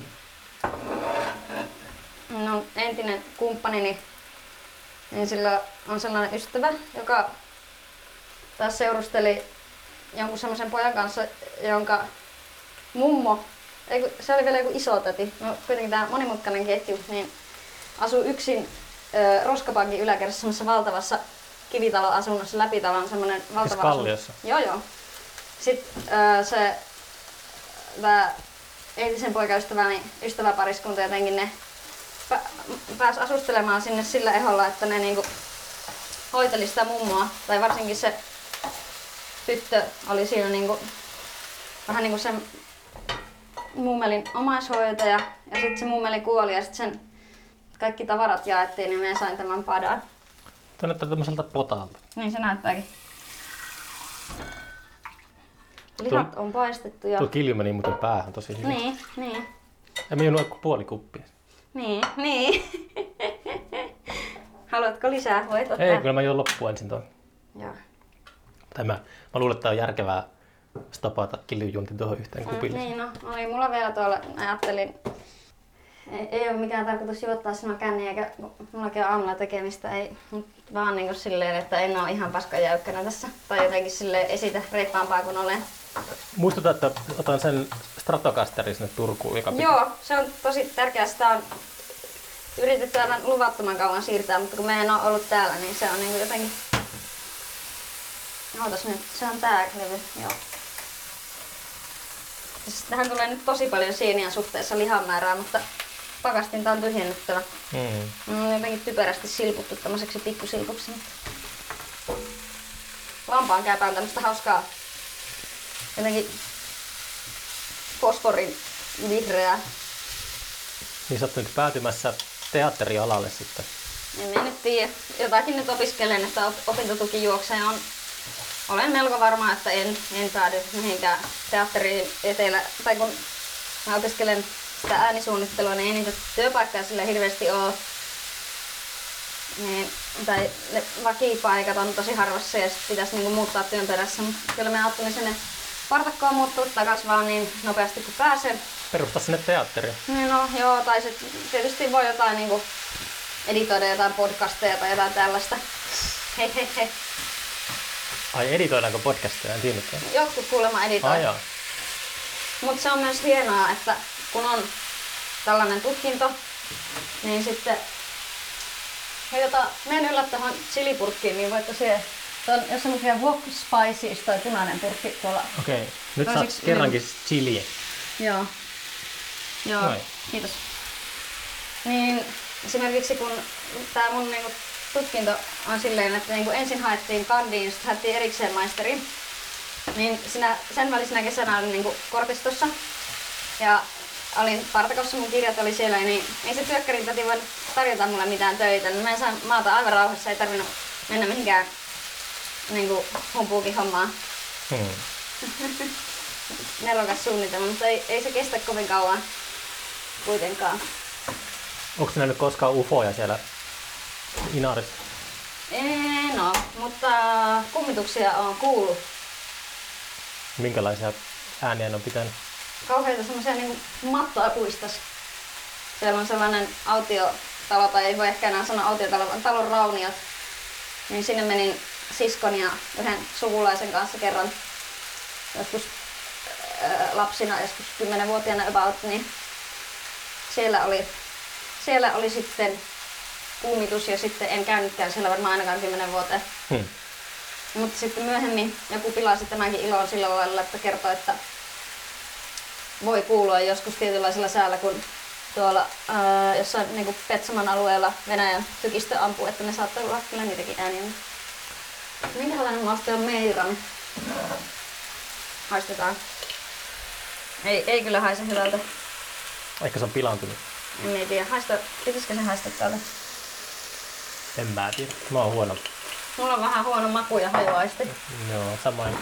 No, entinen kumppanini, niin sillä on sellainen ystävä, joka taas seurusteli jonkun semmoisen pojan kanssa, jonka mummo, se oli vielä joku isotäti, no kuitenkin tää monimutkainen ketju, niin asui yksin Roskapankin yläkerrassa semmoisessa valtavassa kivitaloasunnossa, läpitalon semmoinen valtava siis Kalliossa? Joo. Sitten tää entisen poikaystäväni ystäväpariskunta jotenkin ne pääsi asustelemaan sinne sillä eholla, että ne niinku hoiteli sitä mummoa. Tai varsinkin se tyttö oli siinä niinku, vähän niinku sen mummelin omaishoitaja. Ja sitten se mummeli kuoli ja sitten sen kaikki tavarat jaettiin, niin minä sain tämän padan. Tuo näyttää tämmöiseltä potalta. Niin se näyttääkin. Lihat on paistettu ja... Tuo kilju meni muuten päähän tosi hyvin. Niin. En mä juonut kuin puoli kuppia. Niin. Haluatko lisää? Voit ottaa. Ei, kyllä mä juon loppuun ensin tuon. Joo. Mä luulen, että on järkevää stopata kiljujuonti tuohon yhteen kupille. Niin, no oli mulla vielä tuolla, ajattelin, ei ole mikään tarkoitus juottaa sinua känniä, eikä mullakin on aamulla tekemistä, ei, vaan niin kuin silleen, että en ole ihan paskajäykkänä tässä, tai jotenkin silleen esitä reippaampaa kuin olen. Muistuta, että otan sen Stratocasterin sinne Turkuun, joka pitää. Joo, se on tosi tärkeää, sitä on yritetty aivan luvattoman kauan siirtää, mutta kun me en ole ollut täällä, niin se on niin kuin jotenkin... Ootas nyt, se on tää levy, joo. Siis tähän tulee nyt tosi paljon sieniä suhteessa lihan määrään, mutta pakastinta on tyhjennettävä. On jotenkin typerästi silputtu tämmöiseksi pikkusilpuksi. Lampaan käypä on tämmöstä hauskaa jotenkin fosforin vihreää. Niin sä oot nyt päätymässä teatterialalle sitten. En mä nyt tiedä. Jotakin nyt opiskelen, että opintotuki juoksee. Olen melko varma, että en päädy mihinkään teatteriin etelä. Tai kun mä opiskelen sitä äänisuunnittelua, niin ei niitä työpaikkoja sille hirveästi ole. Niin, tai vakipaikat on tosi harvassa ja sit pitäisi niinku muuttaa työn perässä. Mutta kyllä mä ajattelin sinne Partakkoon muuttua takas vaan niin nopeasti kuin pääsen. Perusta sinne teatteriin. Niin no joo, tai sit tietysti voi jotain niinku editoida jotain podcasteja tai jotain tällaista. Hehehe. Ai editoidaanko podcasteja? En tiennytkään. Jotkut kuulemma editoi. Mutta se on myös hienoa, että kun on tällainen tutkinto, niin sitten hei, menen yllä tähän chilipurkkiin, niin voit tosiaan, jos on mikään wok spices tai punainen purkki tuolla. Okei. Nyt saat kerrankin chiliä. Joo. Noin. Kiitos. Niin esimerkiksi kun tää mun niinku tutkinto on silleen, että niinku ensin haettiin kandiin, sitten haettiin erikseen maisteriin. Niin sen välisenä kesänä olin niinku kortistossa ja olin Partakossa, mun kirjat oli siellä, niin ei se työkkärin täti voinut tarjota mulle mitään töitä. Niin mä sain maata aivan rauhassa, ei tarvinnut mennä mihinkään niinku humpuukin hommaan. Nerokas suunnitelma, mutta ei se kestä kovin kauan kuitenkaan. Onko sinä nähnyt koskaan ufoja siellä Inarissa? No, mutta kummituksia on kuullut. Minkälaisia ääniä ne on pitänyt? Kauheita semmoisia niinku mattoa puistas. Siellä on sellainen autiotalo, tai ei voi ehkä enää sanoa autiotalo, vaan talon rauniot. Niin sinne menin siskon ja yhden sukulaisen kanssa kerran joskus lapsina, joskus 10-vuotiaana about, niin siellä oli sitten kummitus ja sitten en käynytkään siellä varmaan ainakaan 10 vuoteen. Mutta sitten myöhemmin joku pilasi tämänkin ilon sillä lailla, että kertoi, että voi kuulua joskus tietynlaisella säällä, kun tuolla jossain niin kuin Petsaman alueella Venäjän tykistö ampuu, että ne saattaa olla kyllä niitäkin ääniä. Minkälainen mauste on meiran? Haistetaan. Ei kyllä haise hyvältä. Ehkä se on pilaantunut. En tiedä. Pitäisikö se haista täältä? En mä tiedä. Mä oon huono. Mulla on vähän huono maku ja hajuaisti. Joo, samoin.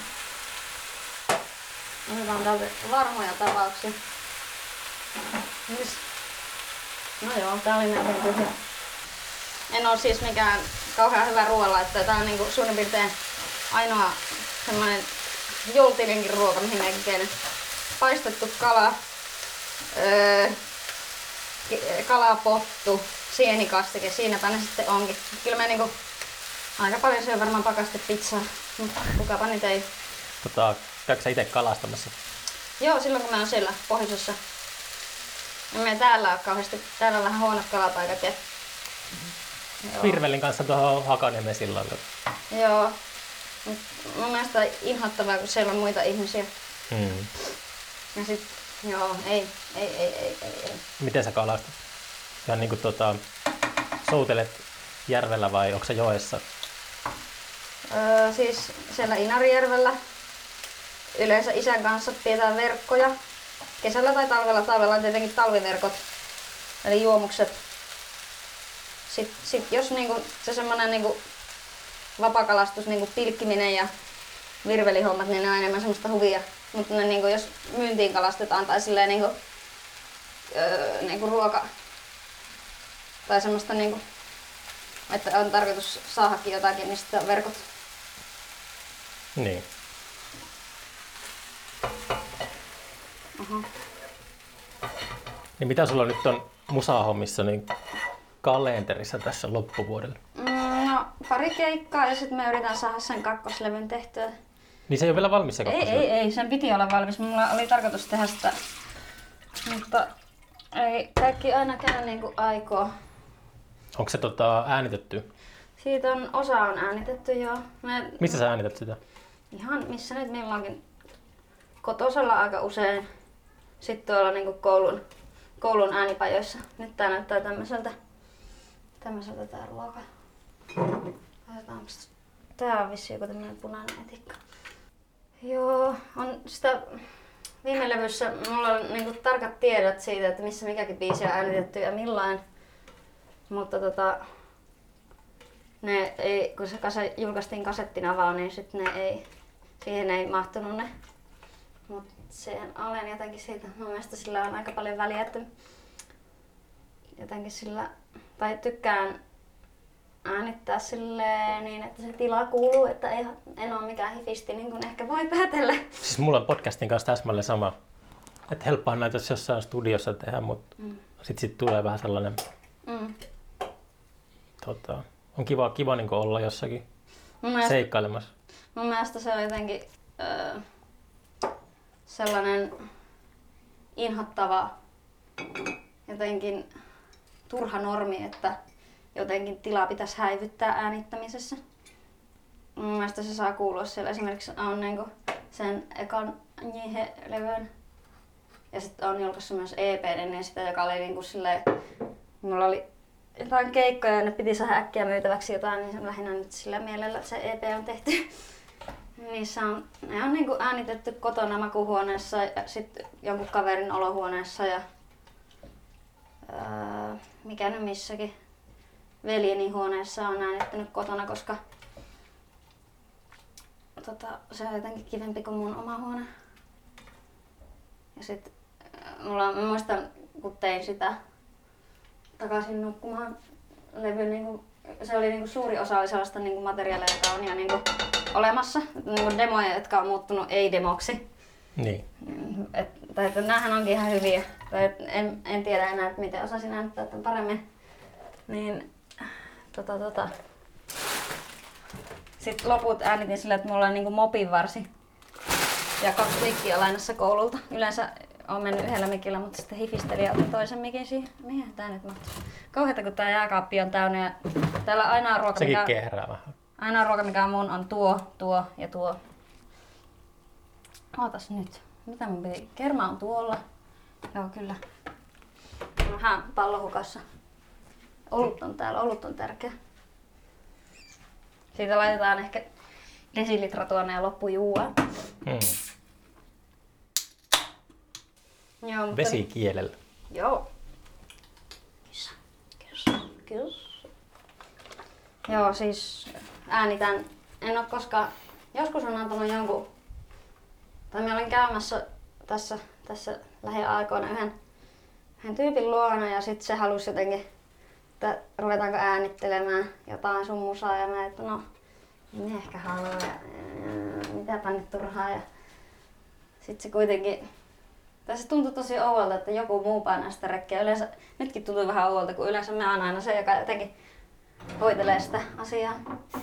Otetaan täältä varmoja tapauksia. No joo, tää oli melkein tyhjä. En oo siis mikään kauhean hyvä ruoanlaittaja. Tää on niinku suurin piirtein ainoa semmonen jultinenkin ruoka, mihin mä kykenen. Paistettu kala, kalapottu, sienikastike, siinäpä ne sitten onkin. Kyllä mä niinku aika paljon syön varmaan pakastepizzaa, mutta kukapa nyt ei. Käykö sä ite kalastamassa? Joo, silloin kun mä oon siellä pohjoisessa. Me täällä on kauheasti, täällä on vähän huonot kalapaikat. Ja... Virvelin kanssa tuohon Hakaniemen sillalle. Joo. Mun mielestä on inhottavaa, kun siellä on muita ihmisiä. Ja sit, joo, ei. Miten sä kalastat? Ihan niinku soutelet järvellä vai onko sä joessa? Siis siellä Inarijärvellä yleensä isän kanssa pidetään verkkoja. Kesällä tai talvella on tietenkin talviverkot, eli juomukset. Sitten jos niinku, se semmonen niinku vapakalastus, niinku pilkkiminen ja virvelihommat, niin ne on enemmän semmoista huvia. Mutta niinku, jos myyntiin kalastetaan tai silleen niinku ruoka tai semmoista niinku, että on tarkoitus saadakin jotakin, niin sitten on verkot. Niin. Aha. Niin mitä sulla nyt on musahommissa niin kalenterissa tässä loppuvuodella? No, pari keikkaa ja sitten me yritän saada sen kakkoslevyn tehtyä. Niin se ei ole vielä valmis se kakkoslevy? Ei, sen piti olla valmis. Mulla oli tarkoitus tehdä sitä, mutta ei kaikki aina käy niin kuin aikoo. Onko se äänitetty? Siitä on osa on äänitetty jo. Missä sä äänität sitä? Ihan missä nyt milloinkin. Kotosalla aika usein. Sitten tuolla niin kuin koulun äänipajoissa. Nyt tää näyttää tämmöiseltä tää ruoka. Tää on vissiin joku tämmönen punainen etikka. Joo, on sitä viime levyssä mulla on niinku tarkat tiedot siitä, että missä mikäkin biisi on äänitetty ja millain. Mutta ne ei, kun se julkaistiin kasettina vaan, niin sit siihen ei mahtunut ne. Mut sen olen jotenkin siitä, mun mielestä sillä on aika paljon väliä, että jotenkin sillä, tai tykkään äänittää silleen niin, että se tila kuuluu, että en ole mikään hifisti, niin kuin ehkä voi päätellä. Siis mulla on podcastin kanssa täsmälleen sama. Että helppoa näitä jossain studiossa tehdä, mutta sit tulee vähän sellainen... on kiva niin olla jossakin seikkailemassa. Mun mielestä se on jotenkin sellainen inhottava, jotenkin turha normi, että jotenkin tilaa pitäisi häivyttää äänittämisessä. Mun mielestä se saa kuulua siellä. Esimerkiksi on niinku sen ekan Njihe-levyn ja sitten on julkaissut myös EP ennen sitä, joka oli niinku silleen, mulla oli jotain keikkoja ja ne piti saada äkkiä myytäväksi jotain, niin se lähinnä nyt sillä mielellä, että se EP on tehty. Ne on niinku äänitetty kotona makuuhuoneessa ja sitten jonkun kaverin olohuoneessa ja mikä nyt missäkin. Veljeni huoneessa on äänittänyt kotona, koska se on jotenkin kivempi kuin mun oma huone. Ja sit mä muistan, kun tein sitä takaisin nukkumaan levy, niin se oli niin suuri osa oli sellaista niin materiaalia, joka on jo niin olemassa. Niin demoja, jotka on muuttunut ei-demoksi. Niin. Näähän onkin ihan hyviä. En tiedä enää, että miten osasin äänittää tämän paremmin. Niin, Sitten loput äänitin sillä, että mulla on niinku mopinvarsi ja 2 mikkiä lainassa koululta. Yleensä on mennyt yhdellä mikillä, mutta sitten hifistelin ja otin toisen mikin siihen. Mihin tää nyt mahtuu? Kauheeta, kun tää jääkaappi on täynnä ja täällä ainoa ruoka, ainoa ruoka mikä on mun on tuo ja tuo. Ootas nyt. Mitä mun piti? Kerma on tuolla. Joo, kyllä. Vähän pallohukassa. Olut on täällä, olut on tärkeä. Siitä laitetaan ehkä desilitra ja loppu juua. Joo, vesikielellä. Joo. Kiss. Joo, siis äänitän. En oo koskaan, joskus on antanut jonkun, tai mä olin käymässä tässä lähiaikoina yhden tyypin luona ja sitten se halusi jotenkin, että ruvetaanko äänittelemään jotain sun musaa ja mä, että no, en ehkä halua ja mitäpä nyt turhaa ja sitten se kuitenkin, tai se tuntui tosi ouolta, että joku muu painaa sitä rekkiä. Yleensä, nytkin tuntuu vähän ouolta, kun yleensä mä oon aina se, joka jotenkin hoitelee sitä asiaa.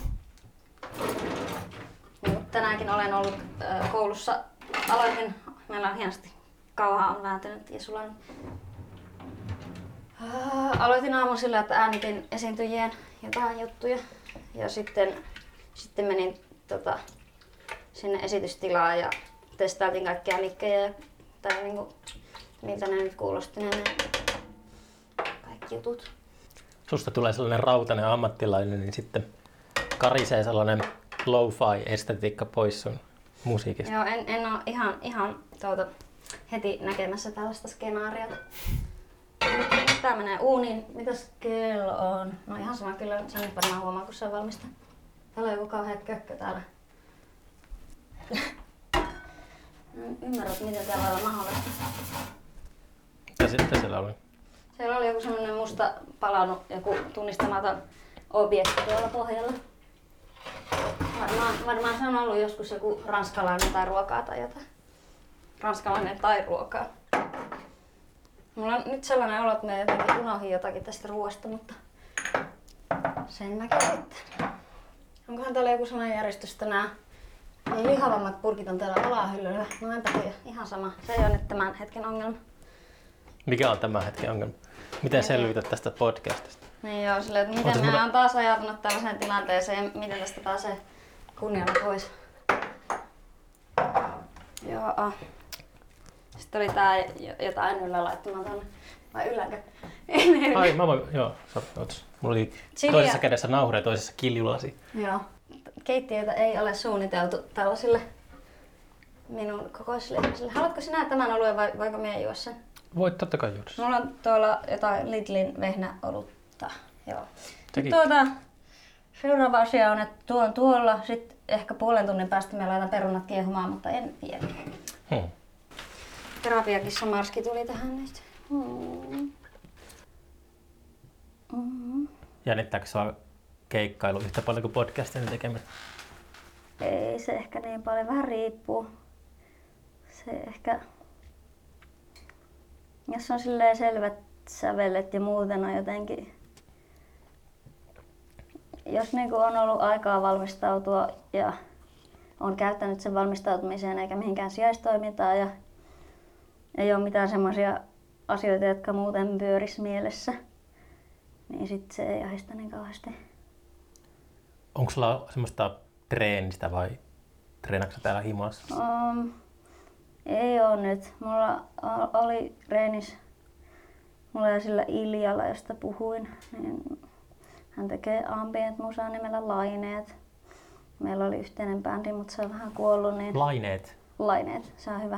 Niin tänäänkin olen ollut koulussa, meillä on hienosti kauhaa on vääntynyt ja sulanut. Aloitin aamun sillä, että äänitin esiintyjien jotain juttuja ja sitten menin sinne esitystilaan ja testailtiin kaikkia mikkejä tai niinku, miltä ne nyt kuulosti ne kaikki jutut. Susta tulee sellainen rautainen ammattilainen, niin sitten karisee sellainen lo-fi-estetiikka pois sun musiikista. Joo, en ole ihan heti näkemässä tällaista skenaariota. Nyt tää menee uuniin. Mitäs kello on? No ihan sama, kyllä sen nyt varmaan huomaa, kun se on valmista. Täällä on joku kauhea kökkö täällä. En ymmärrä, miten täällä on mahdollista. Ja sitten siellä oli? Siellä oli joku semmonen musta palannut, joku tunnistamaton objekti tuolla pohjalla. Varmaan se on ollut joskus joku ranskalainen tai ruokaa tai jotain. Ranskalainen tai ruokaa. Mulla on nyt sellainen olo, että mä jotenkin unohdin jotakin tästä ruoasta, mutta sen mä käsittän. Onkohan täällä joku sellainen järjestys, että nämä lihavammat purkit on täällä alahyllyllä? No enpä tiedä, ihan sama. Se ei ole nyt tämän hetken ongelma. Mikä on tämän hetken ongelma? Miten selvität tästä podcastista? Niin joo, silleen, että miten mä oon taas ajautunut tällaiseen tilanteeseen ja miten tästä pääsee kunnialla pois. Joo. Sitten oli tää jotain yllä laittamaan tonne. Vai ylläkö? Ai, mä voin, joo, ootas. Mulla oli toisessa kädessä nauhuri ja toisessa kiljulasi. Joo. Keittiöitä ei ole suunniteltu tällaisille minun kokoisille ihmisille. Haluatko sinä tämän oluen vai voiko minä juoda sen? Voit totta kai juoda. Mulla on tuolla jotain Lidlin vehnäolutta. Joo. Seuraava asia on, että tuon tuolla. Sitten ehkä puolen tunnin päästä mä laitan perunat kiehumaan, mutta en vielä. Terapiakissa Marski tuli tähän nyt. Jännittääkö sua keikkailu yhtä paljon kuin podcastin tekeminen? Ei se ehkä niin paljon, vähän riippuu. Se ehkä, jos on silleen selvät sävelet ja muuten on jotenkin, jos niinku on ollut aikaa valmistautua ja on käyttänyt sen valmistautumiseen eikä mihinkään sijaistoimintaan ja ei ole mitään semmoisia asioita, jotka muuten pyöris mielessä, niin sit se ei ahista niin kauheasti. Onko sulla semmoista treenistä vai treenaatko täällä himassa? Ei oo nyt. Mulla oli treenis, mulla ja sillä Iljalla, josta puhuin, niin hän tekee ambient musaa nimellä Laineet. Meillä oli yhteinen bändi, mutta se on vähän kuollut. Niin Laineet? Laineet, se on hyvä.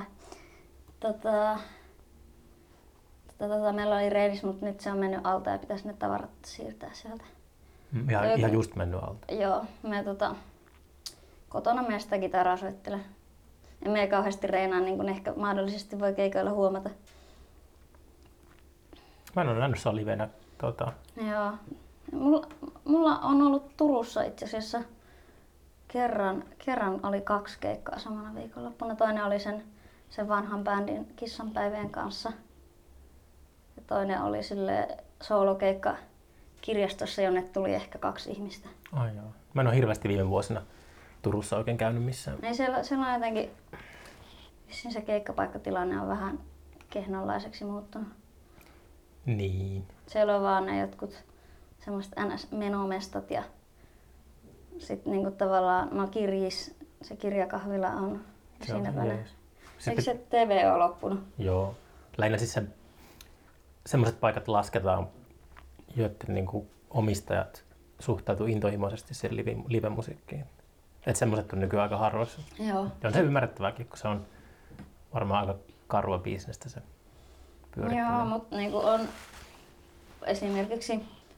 Meillä oli treenis, mutta nyt se on mennyt alta ja pitäisi ne tavarat siirtää sieltä. Ihan just mennyt alta. Joo, me kotona mä sitä kitaraa soittelen. En mene kauheasti reenaa, niin kuin ehkä mahdollisesti voi keikoilla huomata. Mä en ole nähnyt sua livenä. Joo. Mulla on ollut Turussa itse asiassa kerran oli 2 keikkaa samana viikonloppuna. Toinen oli sen vanhan bändin Kissanpäivien kanssa. Ja toinen oli soolokeikka kirjastossa, jonne tuli ehkä 2 ihmistä. Ai joo. Mä en ole hirveästi viime vuosina Turussa oikein käynyt missään. Ei siellä on jotenkin, se keikkapaikkatilanne on vähän kehnonlaiseksi muuttunut. Niin. Siellä on vaan ne jotkut semmoiset NS-menomestat ja sitten niinku tavallaan, Kirjis, se kirjakahvila on siinäpä ne. Eikö se TV ole loppunut? Joo. Lähinnä siis semmoiset paikat lasketaan, joiden niinku omistajat suhtautuu intohimoisesti siihen live-musiikkiin. Että semmoiset on nykyään aika harvoissa. Joo. Ja on se ymmärrettävääkin, kun se on varmaan aika karua bisnestä se pyörittäminen. Joo, mutta niinku on esimerkiksi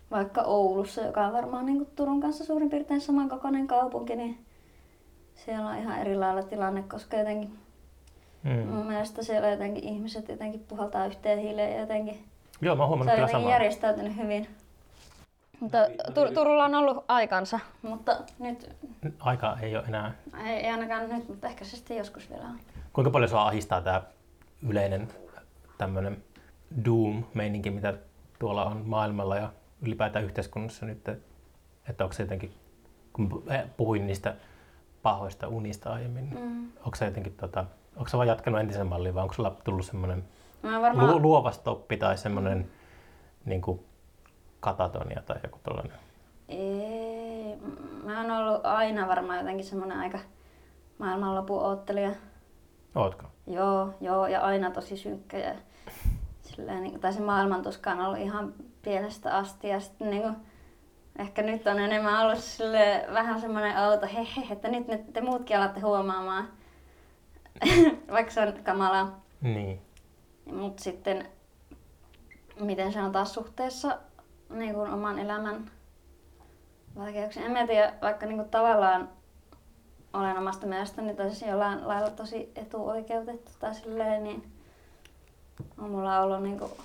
vaikka Oulussa, joka on varmaan niin kuin Turun kanssa suurin piirtein samankokoinen kaupunki, niin siellä on ihan eri lailla tilanne, koska jotenkin mun mielestä siellä jotenkin ihmiset jotenkin puhaltaa yhteen hiileen ja jotenkin Joo, mä oon huomannut se on kyllä jotenkin samaa. järjestäytynyt hyvin. Mutta Turulla on ollut aikansa, mutta nyt Aika ei ole enää. ei ainakaan nyt, mutta ehkä se sitten joskus vielä on. Kuinka paljon sua ahdistaa tää yleinen tämmönen doom-meininki, mitä tuolla on maailmalla ja ylipäätään yhteiskunnassa nyt, että onko se jotenkin, kun puhuin niistä pahoista unista aiemmin, onko se jotenkin, onko se vaan jatkanut entisen malliin vai onko sulla tullut semmoinen luova stoppi tai semmoinen niin kuin katatonia tai joku tollainen? Ei, mä oon ollut aina varmaan jotenkin semmoinen aika maailmanlopun oottelija. Ootko? Joo, ja aina tosi synkkä. Ja silleen, tai se maailmantuska on ollut ihan pienestä asti. Ja sitten niin kuin, ehkä nyt on enemmän ollut vähän semmoinen outo, että nyt te muutkin alatte huomaamaan, vaikka se on kamalaa. Niin. Mutta sitten, miten se on taas suhteessa niin kuin oman elämän vaikeuksiin. En mä tiedä, vaikka niin kuin tavallaan olen omasta mielestäni tosi jollain lailla tosi etuoikeutettu tai silleen, niin on mulla ollut niin kuin,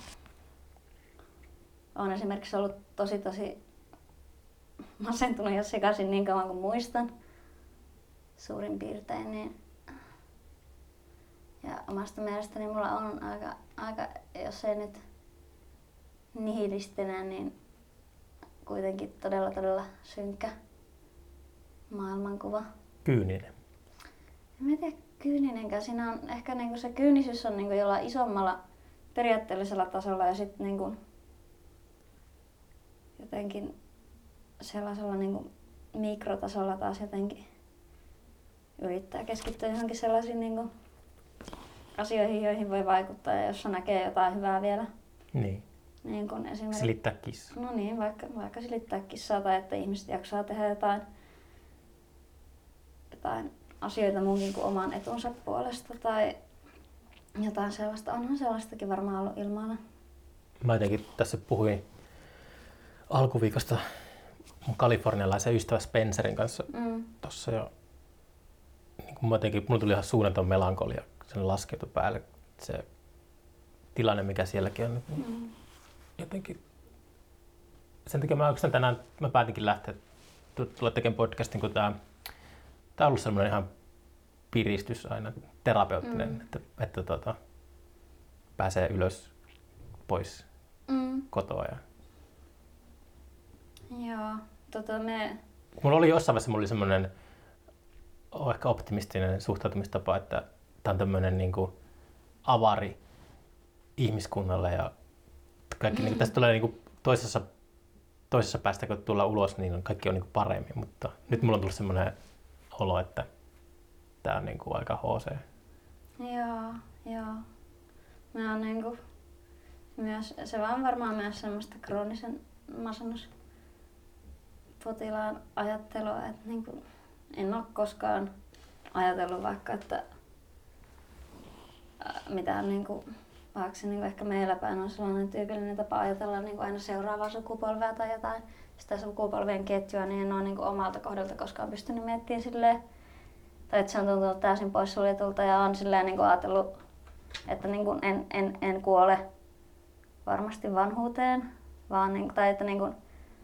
olen esimerkiksi ollut tosi masentunut ja sekaisin niin kauan kuin muistan suurin piirtein, niin ja omasta mielestäni mulla on aika jos ei nyt nihilistinä, niin kuitenkin todella synkkä maailmankuva. Kyyninen. En mä tiedä kyyninenkään. Siinä on ehkä niinku se kyynisyys on niinku jollain isommalla periaatteellisella tasolla ja sitten niinku jotenkin sellaisella niinku mikrotasolla taas jotenkin yrittää keskittyä johonkin sellaisiin niinku asioihin, joihin voi vaikuttaa ja jossa näkee jotain hyvää vielä. Niin. Niin kun esimerkiksi Silittää kissa. No niin, vaikka silittää kissaa tai että ihmiset jaksaa tehdä jotain asioita muunkin kuin oman etunsa puolesta tai jotain sellaista. Onhan sellaistakin varmaan ollut ilmalla. Mä jotenkin tässä puhuin alkuviikosta mun kalifornialaisen ystävä Spencerin kanssa tossa jo. Niin mulla tuli ihan suunnaton melankolia, sen laskeutui päälle se tilanne, mikä sielläkin on. Jotenkin. Sen takia mä päätinkin lähteä tulla tekemään podcastin, kun tää on ollut semmoinen ihan piristys aina, terapeuttinen, että pääsee ylös pois kotoa. Ja Joo, mulla oli jossain vaiheessa semmoinen ehkä optimistinen suhtautumistapa, että tää on tämmöinen niinku avari ihmiskunnalle ja kaikki niinku, tästä tulee niinku toisessa päästä, kun tullaan ulos, niin kaikki on niinku paremmin, mutta nyt mulla on tullut semmoinen olo, että tää on niinku aika HC. Joo. Mä oon niinku myös, se on varmaan myös semmoista kroonisen masennuspotilaan ajattelua, että niinku en oo koskaan ajatellut vaikka, että mitään niinku vaikka se niinku ehkä meillä päin on sellainen tyypillinen tapa ajatella niinku aina seuraavaa sukupolvea tai jotain sitä sukupolvien ketjua, niin en ole niinku omalta kohdalta koskaan pystynyt miettimään silleen, tai että se on tuntunut täysin poissuljetulta ja on silleen niinku ajatellut, että niinku en kuole varmasti vanhuuteen, vaan niinku, tai että niinku,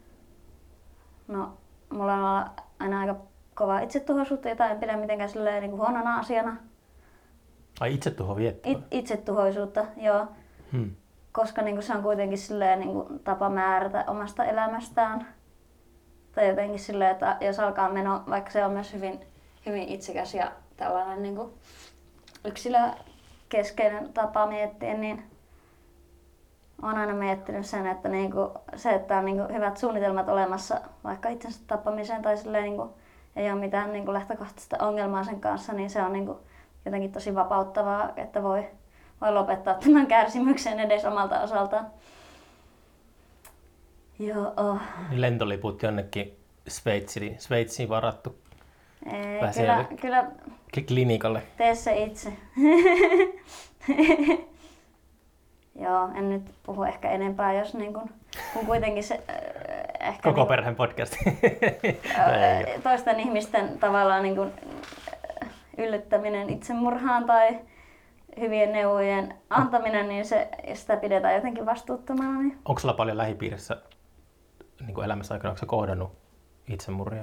no mulla on aina aika kova itsetuhoisuutta, jota en pidä mitenkään silleen niinku huonona asiana. Ai itsetuho viettävä? Itsetuhoisuutta, joo. Koska niinku se on kuitenkin silleen niinku tapa määrätä omasta elämästään. Tai jotenkin silleen, että jos alkaa meno, vaikka se on myös hyvin itsekäs ja tällainen niinku yksilökeskeinen tapa miettiä, niin olen aina miettinyt sen, että niinku se, että on niinku hyvät suunnitelmat olemassa vaikka itsensä tappamiseen tai silleen niinku ei ole mitään niinku lähtökohtaista ongelmaa sen kanssa, niin se on niinku jotenkin tosi vapauttavaa, että voi lopettaa tämän kärsimyksen edes omalta osaltaan. Joo. Lentoliput jonnekin Sveitsiin varattu. Kyllä klinikalle. Tee se itse. Joo, en nyt puhu ehkä enempää, jos niin kun kuitenkin se ehkä Koko perheen podcast. toisten ihmisten tavallaan niin kuin yllyttäminen itsemurhaan tai hyvien neuvojen antaminen, niin sitä pidetään jotenkin vastuuttomana. Niin. Onko sulla paljon lähipiirissä niin elämässä aikana, onko sä kohdannut itsemurhia?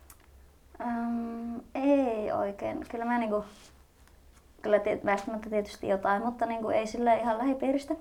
Ei oikein. Kyllä mä niinku, kyllä väistämättä tietysti jotain, mutta niinku ei sille ihan lähipiiristä.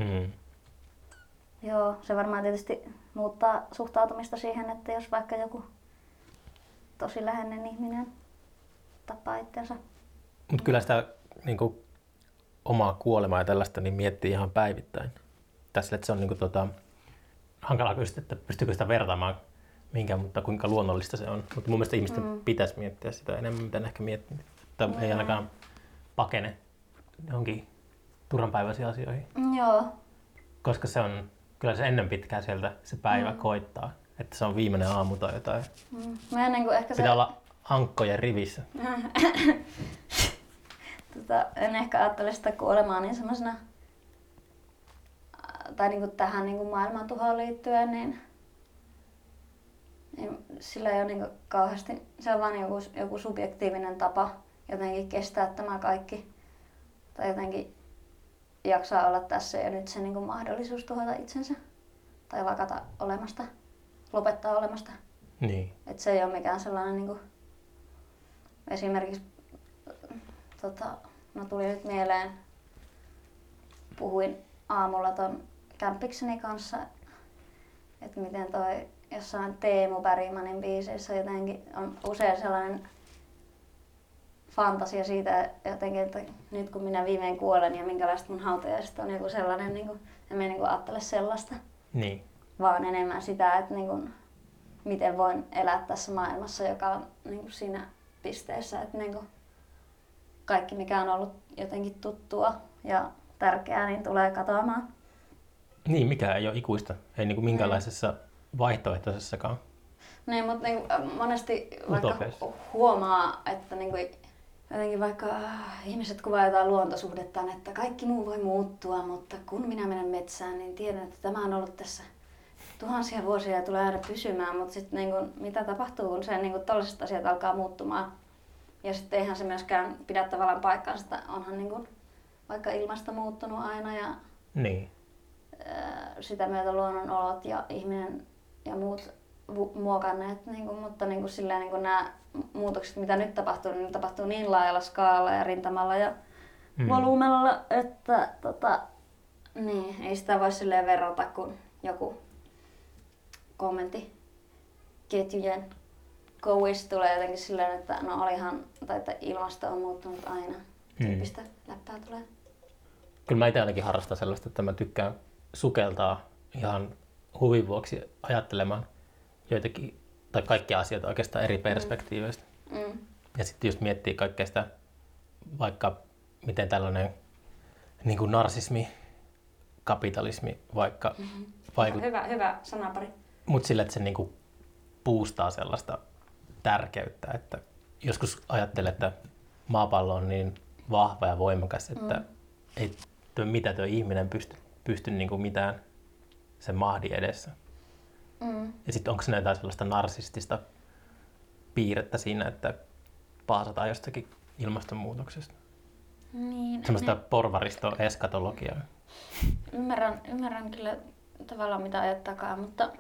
Joo, se varmaan tietysti muuttaa suhtautumista siihen, että jos vaikka joku tosi läheinen ihminen tappaa itsensä. Mutta kyllä sitä niinku, omaa kuolemaa ja tällaista niin miettii ihan päivittäin. Tässä että se on niinku, hankalaa kysyä, että pystyykö sitä vertaamaan mihinkään, mutta kuinka luonnollista se on. Mutta mun mielestä ihmisten pitäisi miettiä sitä enemmän, mitä ne ehkä miettii. Että ei ainakaan pakene johonkin turhanpäiväisiin asioihin. Joo. Koska se on, kyllä se ennen pitkään sieltä se päivä koittaa. Että se on viimeinen aamu tai jotain. Mä en, niin ehkä pitää olla ankkojen rivissä. En ehkä ajattele sitä kuolemaa niin semmoisena, tai niin kuin tähän niin kuin maailmantuhoon liittyen, niin sillä ei ole niin kauheasti, se on vain joku subjektiivinen tapa jotenkin kestää tämä kaikki. Tai jotenkin jaksaa olla tässä ja nyt se niin kuin mahdollisuus tuhota itsensä. Tai lakata olemasta, lopettaa olemasta. Niin. Et se ei ole mikään sellainen niin kuin, esimerkiksi, no tuli nyt mieleen, puhuin aamulla ton kämppikseni kanssa, että miten toi jossain Teemu Bergmanin biiseissä jotenkin on usein sellainen fantasia siitä jotenkin, että nyt kun minä viimein kuolen ja minkälaista mun hautajaisista on joku sellainen, niin kuin, en mä niin kuin ajattele sellaista, niin. vaan enemmän sitä, että niin kuin, miten voin elää tässä maailmassa, joka on niin kuin siinä pisteessä, että niin kuin, kaikki mikä on ollut jotenkin tuttua ja tärkeää, niin tulee katoamaan. Niin, mikä ei ole ikuista, ei niin kuin minkäänlaisessa vaihtoehtoisessakaan. Niin, mutta niin, monesti vaikka huomaa, että niin kuin, jotenkin vaikka ihmiset kuvaa jotain luontosuhdettaan, että kaikki muu voi muuttua, mutta kun minä menen metsään, niin tiedän, että tämä on ollut tässä tuhansia vuosia ja tulee aina pysymään, mutta sitten niin kuin, mitä tapahtuu, kun se niin kuin, tollaiset asiat alkaa muuttumaan. Ja sitten eihän se myöskään pidä tavallaan paikkaansa, että onhan niin kuin, vaikka ilmasto muuttunut aina ja niin. Sitä myötä luonnonolot ja ihminen ja muut muokanneet, niin kuin, mutta niin kuin, silleen, niin kuin nämä muutokset, mitä nyt tapahtuu, niin ne tapahtuu niin laajalla skaalalla ja rintamalla ja volyymella, että niin, ei sitä voi silleen verrata, kun joku kommentti ketjujen kouista tulee jotenkin silleen, että no olihan, tai että ilmasto on muuttunut aina, tyyppistä läppää tulee. Kyllä mä itse ainakin harrastan sellaista, että mä tykkään sukeltaa ihan huvin vuoksi ajattelemaan joitakin, tai kaikkia asioita oikeastaan eri perspektiiveistä. Ja sitten just miettii kaikkea sitä, vaikka miten tällainen niin kuin narsismi, kapitalismi vaikka vaikuttaa. Hyvä sanapari. Mutta sillä, että se niin kuin boostaa sellaista tärkeyttä, että joskus ajattelen, että maapallo on niin vahva ja voimakas, että ei mitä tuo ihminen pysty niin kuin mitään sen mahdin edessä. Ja sitten onko se jotain sellaista narsistista piirrettä siinä, että paasataan jostakin ilmastonmuutoksesta? Niin, semmoista porvaristo-eskatologiaa. Ymmärrän kyllä tavallaan mitä ajat takaa, mutta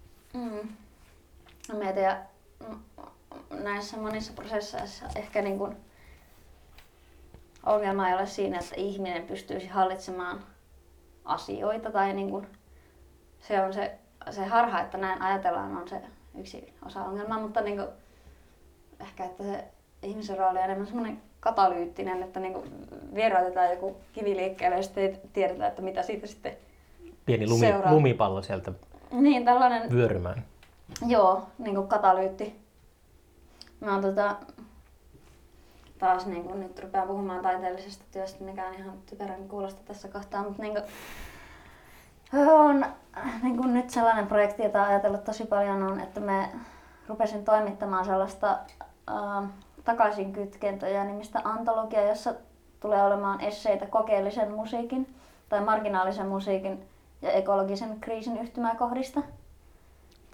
mä tiedän, näissä monissa prosesseissa ehkä niin kuin ongelma ei ole siinä, että ihminen pystyisi hallitsemaan asioita tai niin kuin se on se harha, että näin ajatellaan, on se yksi osa ongelmaa, mutta niin kuin ehkä että se ihmisen rooli on enemmän semmoinen katalyyttinen, että niin kuin vieroitetaan joku kivi liikkeelle ja sitten ei tiedetä, että mitä siitä sitten pieni lumipallo sieltä niin, tällainen vyörymään. Joo, niin kuin katalyytti. Mä oon taas niin kuin, nyt rupean puhumaan taiteellisesta työstä, mikä on ihan typerän kuulosta tässä kohtaa, mutta niin kuin, on niin kuin nyt sellainen projekti, jota on ajatellut tosi paljon, on, että mä rupesin toimittamaan sellaista takaisinkytkentöjä nimistä antologia, jossa tulee olemaan esseitä kokeellisen musiikin tai marginaalisen musiikin ja ekologisen kriisin yhtymäkohdista.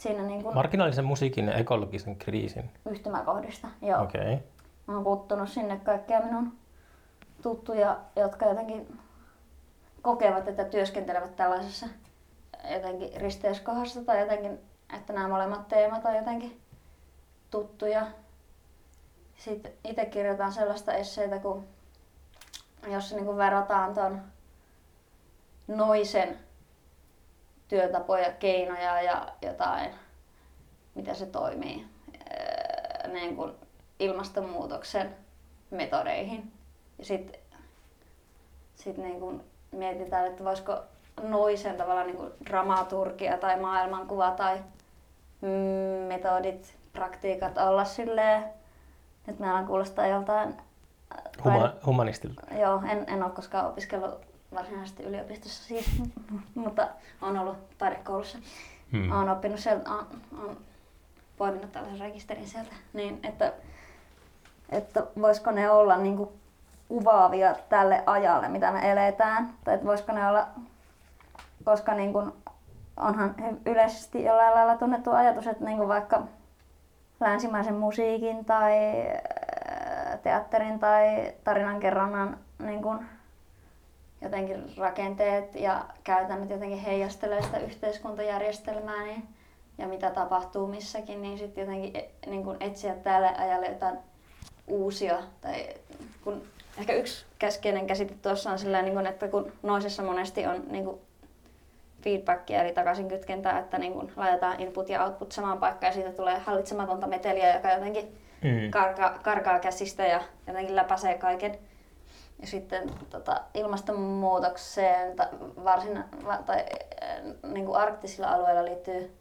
siinä niin kuin Marginaalisen musiikin ja ekologisen kriisin. yhtymäkohdista. Joo. Okei. Mä oon kuttunut sinne kaikkia minun tuttuja, jotka jotenkin kokevat, että työskentelevät tällaisessa jotenkin risteyskohdassa tai jotenkin, että nämä molemmat teemat on jotenkin tuttuja. Sitten itse kirjoitan sellaista esseitä, jossa niin kuin verrataan ton Noisen työtapoja, keinoja ja jotain, miten se toimii niin kuin ilmastonmuutoksen metodeihin. Ja sit niin kuin mietitään, että voisiko Noisen tavallaan niin kuin dramaturgia tai maailmankuva tai metodit, praktiikat olla silleen, nyt me alan kuulostaa joltain Humanistilta. Joo, en ole koskaan opiskellut varsinaisesti yliopistossa siis, mutta olen ollut taidekoulussa. Olen oppinut sieltä, olen poiminut tällaisen rekisterin sieltä, niin että voisiko ne olla niinku kuvaavia tälle ajalle, mitä me eletään, tai että voisiko ne olla, koska niinku onhan yleisesti jollain lailla tunnettu ajatus, että niinku vaikka länsimaisen musiikin tai teatterin tai tarinankerronnan niin kuin jotenkin rakenteet ja käytännöt jotenkin heijastelee sitä yhteiskuntajärjestelmää niin, ja mitä tapahtuu missäkin, niin sitten jotenkin niin kuin etsiä tälle ajalle jotain uusia. Tai kun ehkä yksi keskeinen käsite tuossa on sellainen, niin kuin, että kun Noisessa monesti on niin kuin feedbackia eli takaisinkytkentää, että niin kun laitetaan input ja output samaan paikkaan ja siitä tulee hallitsematonta meteliä, joka jotenkin karkaa käsistä ja jotenkin läpäisee kaiken. Ja sitten ilmastonmuutokseen tai niin kuin arktisilla alueilla liittyy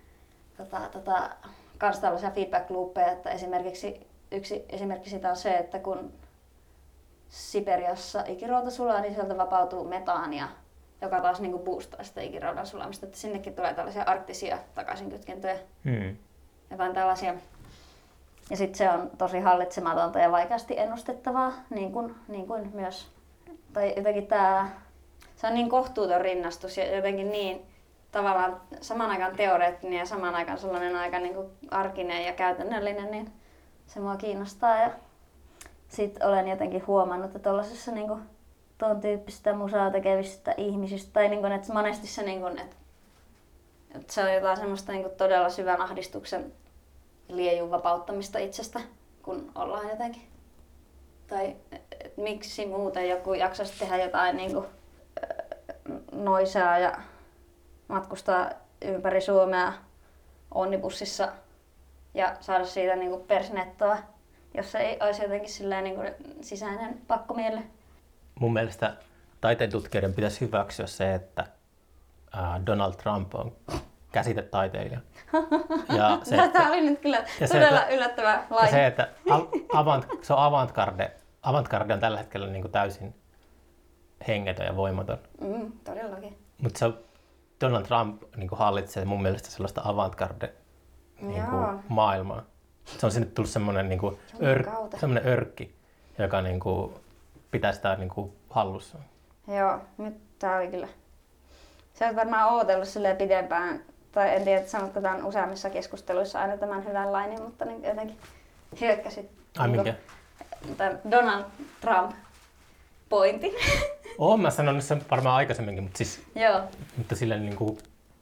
kans tällaisia feedback loopeja, että esimerkiksi yksi esimerkki siitä on se, että kun Siperiassa ikirouta sulaa, niin sieltä vapautuu metaania, joka taas niin kuin boostaa sitä ikiroudan sulamista, että sinnekin tulee tällaisia arktisia takaisinkytkentöjä, jotain tällaisia. Ja sitten se on tosi hallitsematonta ja vaikeasti ennustettavaa, niin kuin myös, tai jotenkin se on niin kohtuuton rinnastus ja jotenkin niin tavallaan saman aikaan teoreettinen ja saman aikaan sellainen aika niin kuin arkinen ja käytännöllinen, niin se mua kiinnostaa. Ja sitten olen jotenkin huomannut, että tuollaisessa niin kuin tuon tyyppisistä musaa tekevistä ihmisistä, tai niin kuin, että monesti se, niin kuin, että se on jotain semmoista niin kuin todella syvän ahdistuksen liejun vapauttamista itsestä, kun ollaan jotenkin. Tai miksi muuten joku jaksaisi tehdä jotain niin kuin noisaa ja matkustaa ympäri Suomea onnibussissa ja saada siitä niin kuin persnettoa, jos ei olisi jotenkin silleen niin kuin sisäinen pakkomielle. Mun mielestä taiteen tutkijoiden pitäisi hyväksyä se, että Donald Trump on käsitetaiteilija. Ja tämä oli nyt kyllä todella yllättävä laji. Ja se, että se on avantgarde. Avantgarde on tällä hetkellä niin kuin täysin hengetön ja voimaton. Todellakin. Mutta Donald Trump niin kuin hallitsee mun mielestä sellaista avantgarde niin kuin maailmaa. Se on sinne tullut semmoinen niin kuin örkki, joka niin kuin pitää sitä niin kuin hallussa. Joo, nyt tää oli kyllä. Sä oot varmaan ootellut silleen pidempään, tai en tiedä, sanotko tämän useammissa keskusteluissa aina tämän hyvän lainin, mutta niin jotenkin hyökkäsit mikä? Tämän Donald Trump pointin. Oon mä sanonut sen varmaan aikaisemminkin, mutta siis Joo. Mutta silleen niin kuin,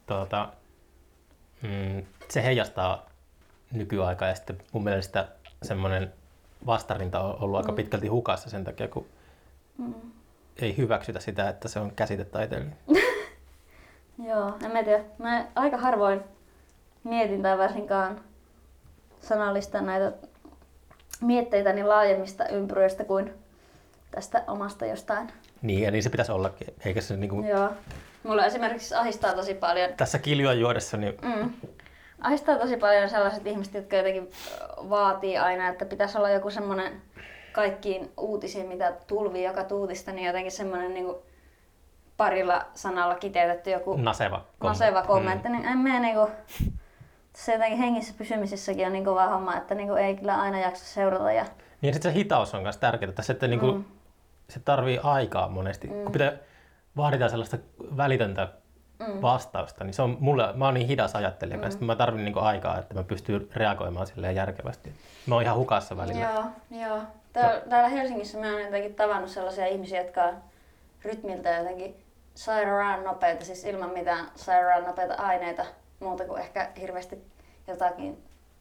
se heijastaa nykyaikaa ja sitten mun mielestä semmoinen vastarinta on ollut aika pitkälti hukassa sen takia, kun ei hyväksytä sitä, että se on käsitetaiteilija. Joo, en tiedä. Mä aika harvoin mietin tai varsinkaan sanallistan näitä mietteitä niin laajemmista ympyröistä kuin tästä omasta jostain. Niin, ja niin se pitäisi ollakin. Eikä se niinku... Joo. Mulla esimerkiksi ahdistaa tosi paljon. Tässä kiljuan juodessa niin... Ahdistaa tosi paljon sellaiset ihmiset, jotka jotenkin vaatii aina, että pitäisi olla joku semmoinen kaikkiin uutisiin, mitä tulvii joka tuutista, niin jotenkin semmoinen niinku parilla sanalla kiteytetty joku naseva kommentti. Niin en mene niinku... Se jotenkin hengissä pysymisessäkin on niin kova homma, että niinku ei kyllä aina jaksa seurata. Ja niin sitten se hitaus on myös tärkeää. Tässä, että niinku, se tarvii aikaa monesti. Kun vaaditaan sellaista välitöntä vastausta, niin se on mulle, mä oon niin hidas ajattelija kanssa, että mä tarvin niinku aikaa, että mä pystyn reagoimaan silleen järkevästi. Mä oon ihan hukassa välillä. Joo. Täällä Helsingissä mä oon jotenkin tavannut sellaisia ihmisiä, jotka on rytmiltä jotenkin sairaan nopeita, siis ilman mitään sairaan nopeita aineita, muuta kuin ehkä hirveästi jotain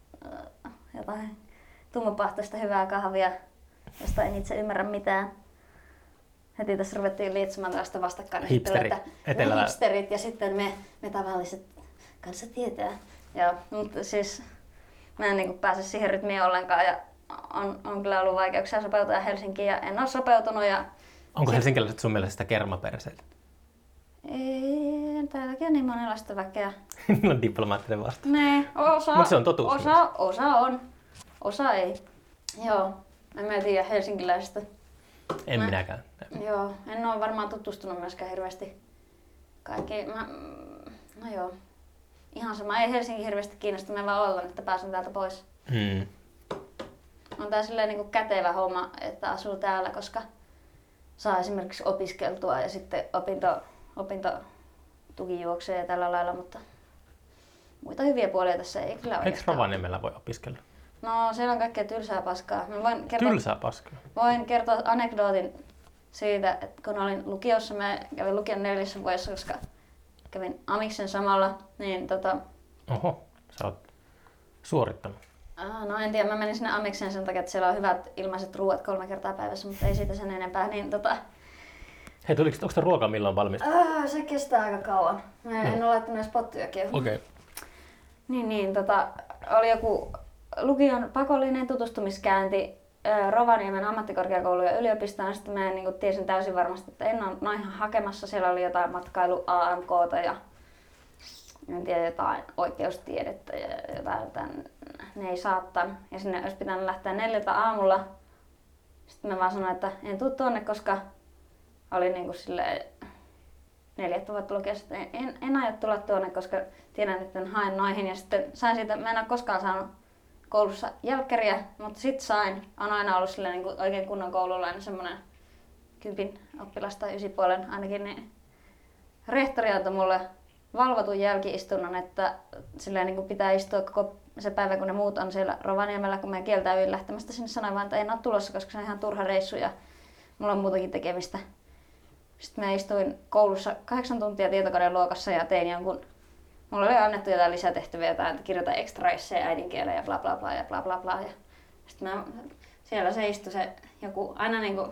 tummapahtoista hyvää kahvia, josta en itse ymmärrä mitään. Heti tässä ruvettiin lietsomaan tällaista vastakkainasettelua, että hipsterit ja sitten me tavalliset kanssa tietää. Joo, mutta siis mä en niin pääse siihen rytmiin ollenkaan ja on kyllä ollut vaikeuksia sopeutua Helsinkiin ja en ole sopeutunut. Onko helsinkiläiset sun mielestä sitä kermaperseitä? Ei, täälläkin on niin monenlaista väkeä. Niillä on diplomaattinen vastaus. Nee, mutta se on totuus. Osa on, osa ei. Joo, en mä tiedä helsinkiläisistä. En minäkään. Joo, en ole varmaan tutustunut myöskään hirveästi kaikkiin. No joo, ihan sama. Ei Helsinki hirveästi kiinnosta, mä vaan odotan, että pääsen täältä pois. On tää silleen niin kuin kätevä homma, että asuu täällä, koska saa esimerkiksi opiskeltua ja sitten opintotuki juoksee ja tällä lailla, mutta muita hyviä puolia tässä ei kyllä ole. Eikö Rovaniemellä voi opiskella? No siellä on kaikkea tylsää paskaa. Tylsää paskaa? Voin kertoa anekdootin siitä, että kun olin lukiossa, mä kävin lukion 4 vuodessa, koska kävin amiksen samalla, niin Oho, sä oot suorittanut. No en tiedä, mä menin sinne amikseen sen takia, että siellä on hyvät ilmaiset ruuat 3 kertaa päivässä, mutta ei siitä sen enempää, niin Hei, onko tämä ruoka milloin valmis? Se kestää aika kauan. Mä en ole laittanut edes pottujakin. Okei. Oli joku lukion pakollinen tutustumiskäynti Rovaniemen ammattikorkeakouluun ja yliopistoon. Sitten mä tiesin täysin varmasti, että en ole noihin hakemassa. Siellä oli jotain matkailu AMK:ta ja en tiedä, jotain oikeustiedettä ja jotain, ne ei saattanut. Ja sinne olisi pitänyt lähteä 4 aamulla. Sitten mä vaan sanoin, että en tuu tuonne, koska oli niin kuin silleen 4 vuotta lukiossa, että en aio tulla tuonne, koska tiedän, että en hae noihin. Ja sitten sain siitä, mä en ole koskaan saanut koulussa jälkkäriä, mutta sitten sain. On aina ollut silleen, niin kuin oikein kunnon koululainen, semmoinen 10 oppilasta 9,5 ainakin, niin rehtori antoi mulle valvotun jälki-istunnon, että silleen niin kuin pitää istua koko se päivä, kun ne muut on siellä Rovaniemellä, kun mä kieltäydyin lähtemästä sinne, sanoin vaan, että en ole tulossa, koska se on ihan turha reissu ja mulla on muutakin tekemistä. Sitten mä istuin koulussa 8 tuntia tietokoneluokassa ja tein jonkun, mulla oli annettu jotain lisätehtäviä, jotain, että kirjoita extra essay äidinkieleen ja bla bla bla ja bla bla bla. Ja sitten siellä se istui se joku, aina niinku,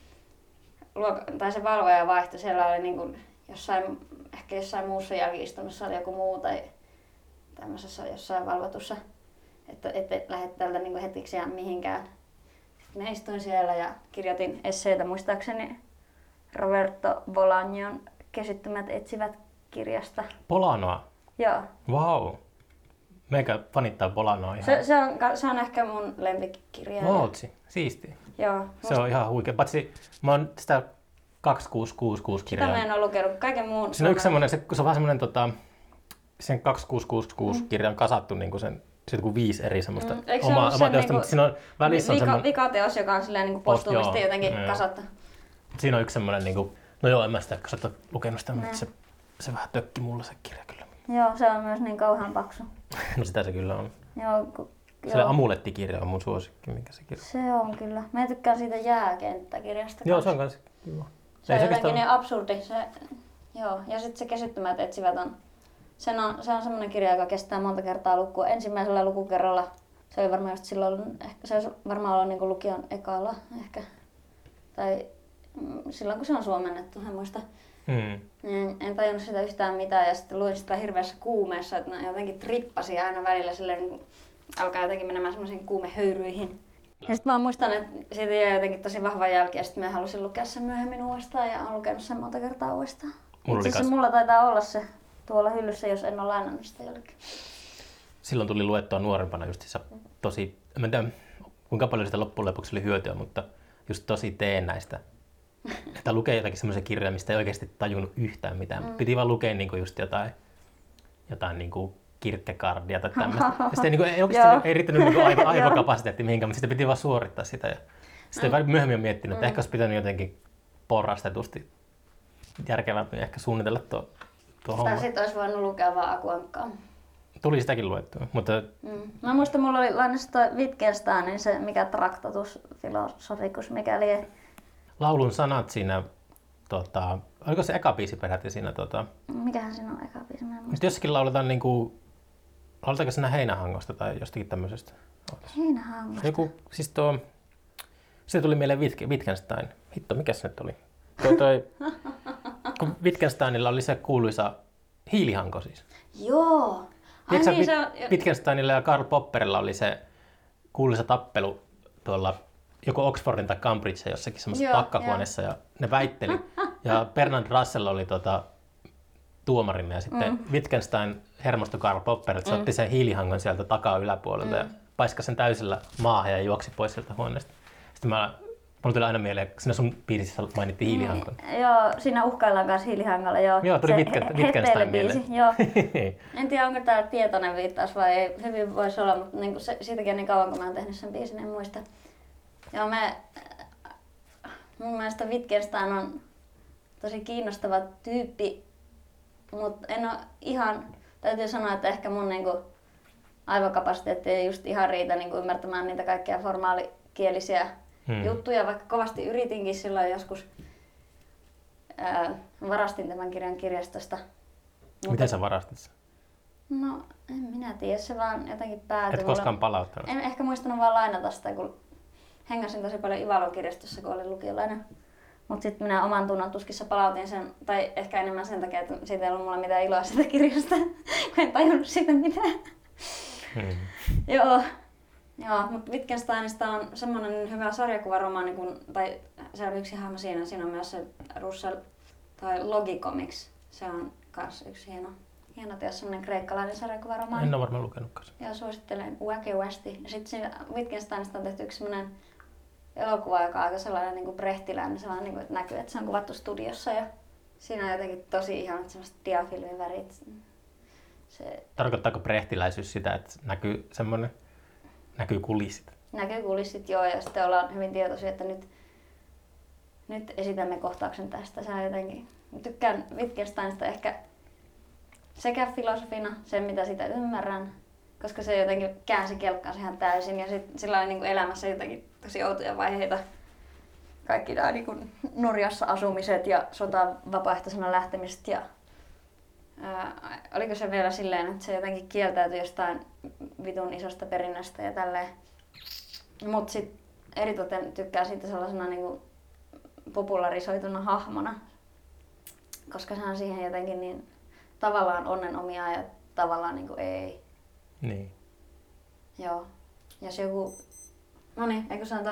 tai se valvoja vaihtui, siellä oli niinku ehkä jossain muussa jälki-istunnossa oli joku muu tai tämmöisessä jossain valvotussa, että ette lähde täältä niinku hetkiksiään mihinkään. Sitten mä istuin siellä ja kirjoitin esseitä muistaakseni Roberto Bolagnon Kesyttömät etsivät kirjasta. Bolanoa? Joo. Vau. Meikä fanittaa Bolanoa ihan. Se on ehkä mun lempikkirja. Ootsi, siistiä. Joo. Se on ihan huikea. Patsi mä oon sitä 2666 kirjaa. Sitä mä en ole lukenut. Kaiken muun. Siinä on yksi semmoinen, se on vähän semmoinen sen 2666 kirjan kasattu niin kuin sen kuin 5 eri semmoista omaa teosta, niinku, mutta siinä on välissä on semmoinen vikateos, joka on silleen niinku postuumisti jotenkin kasattu. Siinä on yksi semmoinen niinku, no joo, en mä sitä kasata lukenut sitä, mutta se vähän tökki mulle se kirja kyllä. Joo, se on myös niin kauhean paksu. No sitä se kyllä on. Joo, se amulettikirja on mun suosikki, mikä se kirja. Se on kyllä. Mä tykkään siitä jääkenttäkirjasta. Joo, se on kanssa kiva. Se on jotenkin niin absurdi. Joo, ja sitten se Kesyttömät etsivät on. Se on semmoinen kirja, joka kestää monta kertaa lukua. Ensimmäisellä lukukerralla, se oli varmaan just silloin, ehkä se olisi varmaan ollut niin lukion ekalla ehkä. Tai silloin kun se on suomennettu, en muista. Niin en tajunnut sitä yhtään mitään ja sitten luin sitä hirveässä kuumeessa, että jotenkin trippasi aina välillä silleen, niin alkaa jotenkin menemään semmoisiin kuumehöyryihin. Ja sitten mä muistan, että siitä jäi jotenkin tosi vahva jälki ja sitten mä halusin lukea sen myöhemmin uudestaan ja olen lukenut sen monta kertaa uudestaan. Mulla taitaa olla se tuolla hyllyssä, jos en ole lainannut sitä jollekin. Silloin tuli luettua nuorempana justiinsa tosi, en tiedä kuinka paljon sitä loppujen lopuksi oli hyötyä, mutta just tosi teennäistä. Että lukee jotakin semmoisia kirjoja, mistä ei oikeasti tajunnut yhtään mitään. Piti vaan lukea niinku just jotain niinku Kierkegaardia tai tämmöistä. Sitten ei oikeasti ei riittänyt niinku aivokapasiteetti mihinkään, mutta sitten piti vaan suorittaa sitä. Ja sitten myöhemmin on miettinyt, että ehkä olisi pitänyt jotenkin porrastetusti järkevämmin ehkä suunnitella tuo tuo Tai homma. sitten olisi voinut lukea vaan Akuankkaa. Tuli sitäkin luettua, mutta Mä muistan, mulla oli lainassa toi Wittgensteinin se mikä Tractatus Philosophicus, mikäli laulun sanat siinä, oliko se eka biisi peräti siinä? mikähän siinä on eka biisi, mä en muista. Mutta jossakin lauletaan niinku, lauletaanko siinä heinähangosta tai jostakin tämmöisestä? Heinähangosta. Siis se tuli mieleen Wittgenstein. Hitto, mikä se nyt oli? Kun Wittgensteinilla oli se kuuluisa hiilihanko siis. Joo. Ai Tiedätkö niin, se on... Wittgensteinilla ja Karl Popperilla oli se kuuluisa tappelu tuolla joko Oxfordin tai Cambridge jossakin semmoisessa Joo, pakkahuoneessa ja ne väitteli. Ja Bernard Russell oli tuomarina ja sitten Wittgenstein hermostui Karl Popper, että se otti sen hiilihangon sieltä takaa yläpuolelta ja paiskasi sen täysillä maahan ja juoksi pois sieltä huoneesta. Sitten mulla tuli aina mieleen, kun siinä sun piirissä mainittiin hiilihankon. Joo, siinä uhkaillaan kanssa hiilihangalla. Joo, tuli Wittgenstein mieleen. Joo. En tiedä, onko tämä tietoinen viittaus vai ei. Hyvin voisi olla, mutta niin siitäkin on niin kauan, kun mä oon tehnyt sen biisin, en muista. Joo, mun mielestä Wittgenstein on tosi kiinnostava tyyppi, mutta en ole ihan, täytyy sanoa, että ehkä mun niinku aivokapasiteetti ei just ihan riitä niinku ymmärtämään niitä kaikkia formaalikielisiä juttuja, vaikka kovasti yritinkin silloin joskus. Varastin tämän kirjan kirjastosta. Miten sä varastit sen? No, en minä tiedä, se vaan jotenkin päätyi. Et koskaan palauttanut? En ehkä muistanut vaan lainata sitä, kun hengäsin tosi paljon Ivalon kirjastossa, kun olin lukiolainen. Mutta sitten minä oman tunnon tuskissa palautin sen, tai ehkä enemmän sen takia, että siitä ei ollut mulla mitään iloa sitä kirjasta, kun en tajunnut siitä mitään. Joo, mutta Wittgensteinista on semmoinen hyvä sarjakuvaromaani, tai se on yksi hahmo siinä on myös se Russell, tai Logicomics, se on kans yksi hieno teos, semmoinen kreikkalainen sarjakuvaromaani. En ole varmaan lukenutkaan. Joo, suosittelen väkevästi. Sitten siinä Wittgensteinista on tehty yksi semmoinen elokuva, joka on aika sellainen niin kuin brehtiläinen, sellainen, niin kuin, että näkyy, että se on kuvattu studiossa ja siinä on jotenkin tosi ihanat semmoiset diafilmin värit. Tarkoittaako brehtiläisyys sitä, että näkyy kulissit? Näkyy kulissit, joo, ja sitten ollaan hyvin tietoisia, että nyt esitämme kohtauksen tästä. Se on jotenkin, tykkään Wittgensteinista ehkä sekä filosofina, sen mitä sitä ymmärrän, koska se jotenkin käänsi kelkkaansa ihan täysin ja sillä oli niin kuin elämässä jotenkin tosi outoja vaiheita. Kaikki nämä niin kuin Norjassa asumiset ja sotaan vapaaehtoisena lähtemiset ja oliko se vielä silleen, että se jotenkin kieltäytyi jostain vitun isosta perinnöstä ja tälleen. Mut sit eritoten tykkää siitä sellaisena niin kuin popularisoituna hahmona, koska se on siihen jotenkin niin tavallaan onnenomia ja tavallaan niin kuin ei. Niin. Joo. Jos joku... No niin, eikö se on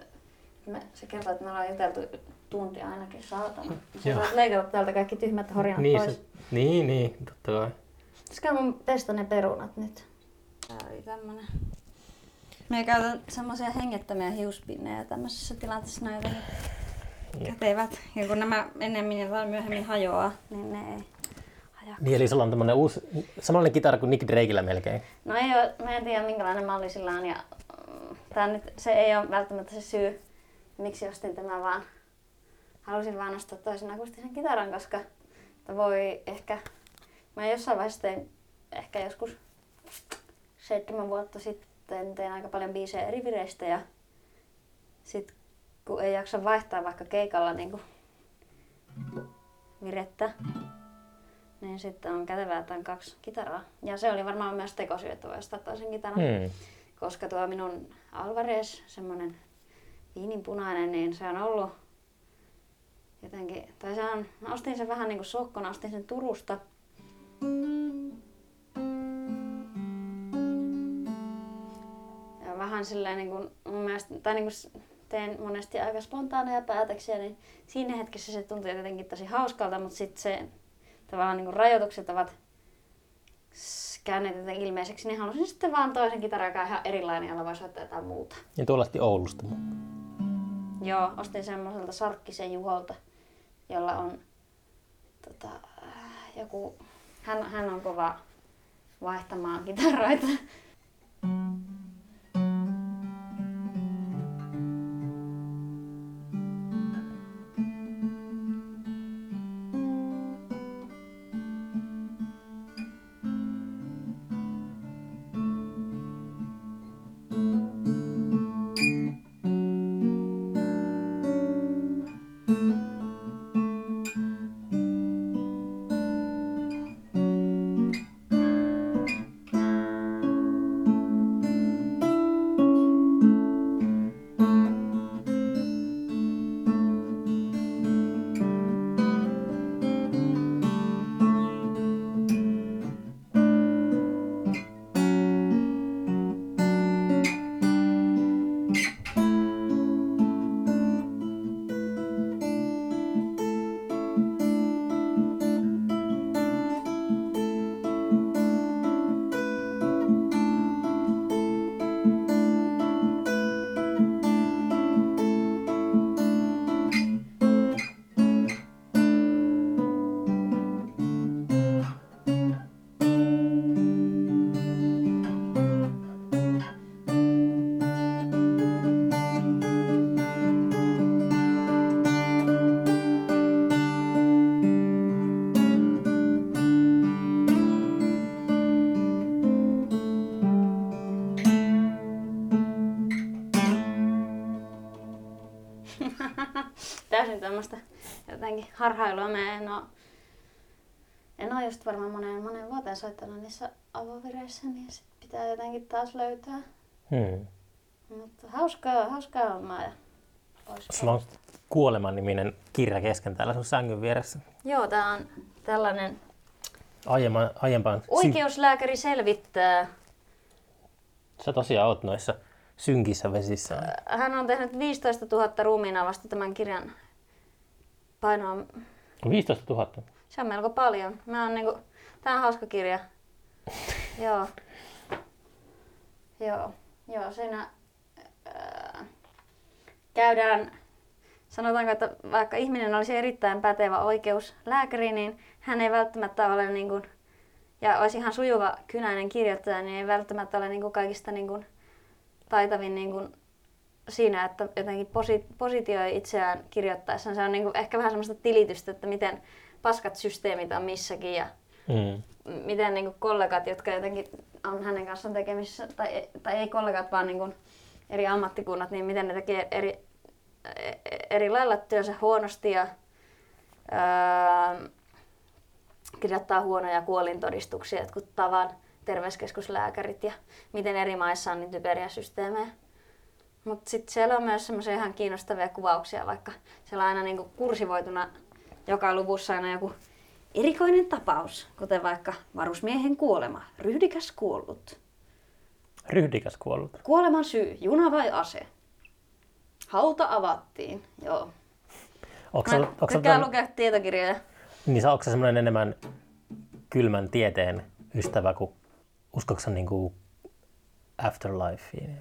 se kertoo, että me ollaan juteltu tunti ainakin, saatana. Sä voit leikata täältä kaikki tyhmät horinat pois. Niin, totta kai. Pitäisikö mun pestä ne perunat nyt? Tää oli tämmönen. Me käytän semmosia hengettömiä hiuspinnejä tämmöisessä tilanteessa, ne on jotenkin kätevät. Ja kun nämä ennemmin tai myöhemmin hajoaa, niin ne ei haja. Niin, eli sulla on tämmönen uusi, samanlainen kitara kuin Nick Drakella melkein. No ei oo, mä en tiedä minkälainen malli sillä on ja se ei ole välttämättä se syy, miksi ostin tämän, vaan halusin vaan ostaa toisen akustisen kitaran, koska voi ehkä, mä jossain vaiheessa ehkä joskus 7 vuotta sitten tein aika paljon biisejä eri vireistä ja sit kun ei jaksa vaihtaa vaikka keikalla niinku virettä, niin sitten on kätevää, että on 2 kitaraa. Ja se oli varmaan myös tekosyy, että voi ostaa toisen kitaran. Koska tuo minun Alvarez, semmonen viininpunainen, niin se on ollut jotenkin, tai mä ostin sen vähän niinku sokkona, ostin sen Turusta. Ja vähän silleen niinku mun mielestä, tai niinku teen monesti aika spontaaneja päätöksiä, niin siinä hetkessä se tuntui jotenkin tosi hauskalta, mutta sitten se tavallaan niinku rajoitukset ovat käänneet ilmeiseksi, niin halusin sitten vaan toisen kitaran, joka on ihan erilainen, jolla voi soittaa jotain muuta. Ja tuo lähti Oulusta. Joo, ostin semmoiselta Sarkkisen Juholta, jolla on joku... Hän on kova vaihtamaan kitaroita. semmoista jotenkin harhailua. Mä en ole just varmaan monen vuoteen soittanut niissä avovireissä, niin sit pitää jotenkin taas löytää. Mutta hauskaa hommaa. Sulla on Kuoleman-niminen kirja kesken täällä sun sängyn vieressä. Joo, tää on tällainen Aiempaan oikeuslääkäri selvittää. Sä tosiaan oot noissa synkissä vesissä. Hän on tehnyt 15 000 ruumiinavausta tämän kirjan painoa. 15 000? Se on melko paljon. Tää on hauska kirja. Joo. Joo, siinä käydään, sanotaanko, että vaikka ihminen olisi erittäin pätevä oikeuslääkäri, niin hän ei välttämättä ole ja olisi ihan sujuva kynäinen kirjoittaja, niin ei välttämättä ole kaikista taitavin siinä, että jotenkin positioi itseään kirjoittaessaan. Se on ehkä vähän semmoista tilitystä, että miten paskat systeemit on missäkin ja miten kollegat, jotka jotenkin on hänen kanssaan tekemisissä, tai ei kollegat, vaan eri ammattikunnat, niin miten ne tekee eri lailla työnsä huonosti ja kirjoittaa huonoja kuolintodistuksia, jotkut tavan terveyskeskuslääkärit ja miten eri maissa on niin typeriä systeemejä. Mutta sitten siellä on myös semmoisia ihan kiinnostavia kuvauksia, vaikka siellä on aina kursivoituna joka luvussa aina joku erikoinen tapaus, kuten vaikka varusmiehen kuolema, ryhdikäs kuollut. Ryhdikäs kuollut? Kuoleman syy, juna vai ase? Hauta avattiin, joo. Tykkää lukea tietokirjoja. Niin onko sä semmoinen enemmän kylmän tieteen ystävä, kuin uskotko sä afterlifeen?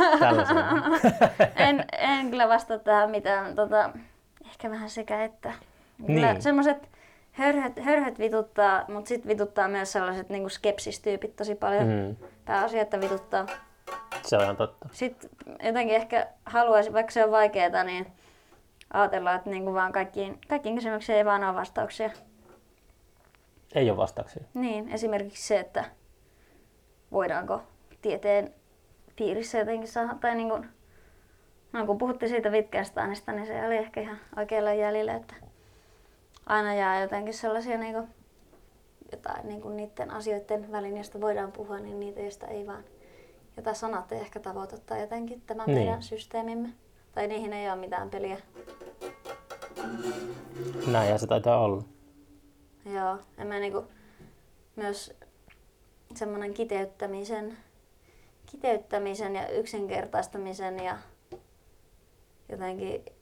En kyllä vastaa tähän mitään. Ehkä vähän sekä että. Niin. Semmoiset hörhöt vituttaa, mutta sitten vituttaa myös sellaiset skepsistyypit tosi paljon. Pääasia, että vituttaa. Se on ihan totta. Sitten jotenkin ehkä haluaisin, vaikka se on vaikeaa, niin ajatella, että vaan kaikkiin kysymyksiin ei vaan ole vastauksia. Ei ole vastauksia. Niin, esimerkiksi se, että voidaanko tieteen piirissä jotenkin saada, tai kun puhuttiin siitä Wittgensteinista, niin se oli ehkä ihan oikealla jäljellä, että aina jää jotenkin sellaisia jotain niiden asioiden välin, joista voidaan puhua, niin niitä, joista ei vaan, jota sanat ei ehkä tavoita tai jotenkin tämä meidän systeemimme. Tai niihin ei ole mitään peliä. Näinhän se taitaa olla. Joo, ja mä myös semmoinen kiteyttämisen ja yksinkertaistamisen ja jotenkin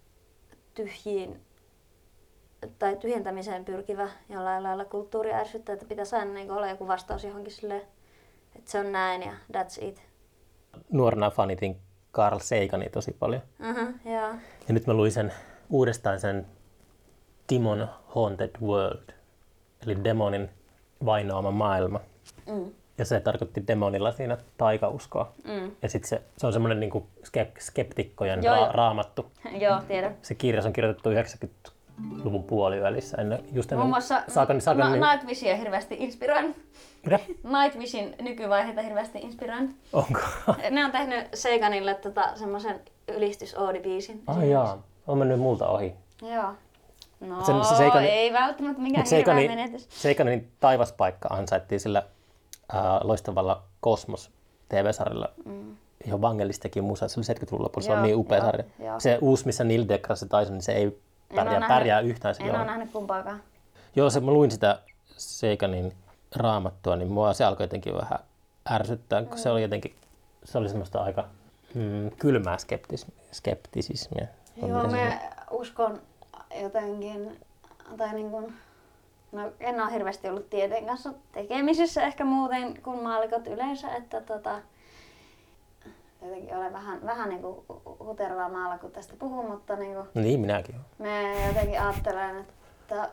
tyhjentämiseen pyrkivä jollain lailla kulttuuri ärsyttää, että pitäisi aina olla joku vastaus johonkin silleen, että se on näin ja that's it. Nuorena fanitin Carl Sagania tosi paljon. Joo. Ja nyt mä luin uudestaan sen Demon Haunted World, eli demonin vainoama maailma. Ja se tarkoitti demonilla siinä taikauskoa. Ja sitten se on semmoinen skeptikkojen raamattu. Joo, tiedän. Se kirja on kirjoitettu 90-luvun puolivälissä. Muun muassa Night Vision hirveästi inspiroinut. Mitä? Night Vision nykyvaiheita hirveästi inspiroinut. Onko? Ne on tehnyt Saganille semmoisen ylistysoodibiisin. Jaa, on mennyt multa ohi. Joo. No ei välttämättä mikään hirveä menetys. Saganin taivaspaikka ansaittiin sillä loistavalla Kosmos TV-sarjalla, johon Vangelis teki musa. Se oli 70-luvun lopulla, se on niin upea sarja. Se uusi, missä Neil deGrasse Tyson, niin se ei pärjää yhtään. En ole nähnyt kumpaakaan. Joo, mä luin sitä Saganin raamattua, niin mua se alkoi jotenkin vähän ärsyttää, kun se oli semmoista aika kylmää skeptisismiä. Joo, mä uskon jotenkin, tai no en ole hirveästi ollut tieteen kanssa tekemisissä ehkä muuten kuin maallikot yleensä, että jotenkin olen vähän hutervaa maalla, kun tästä puhun, mutta Niin, minäkin olen. mä jotenkin ajattelen, että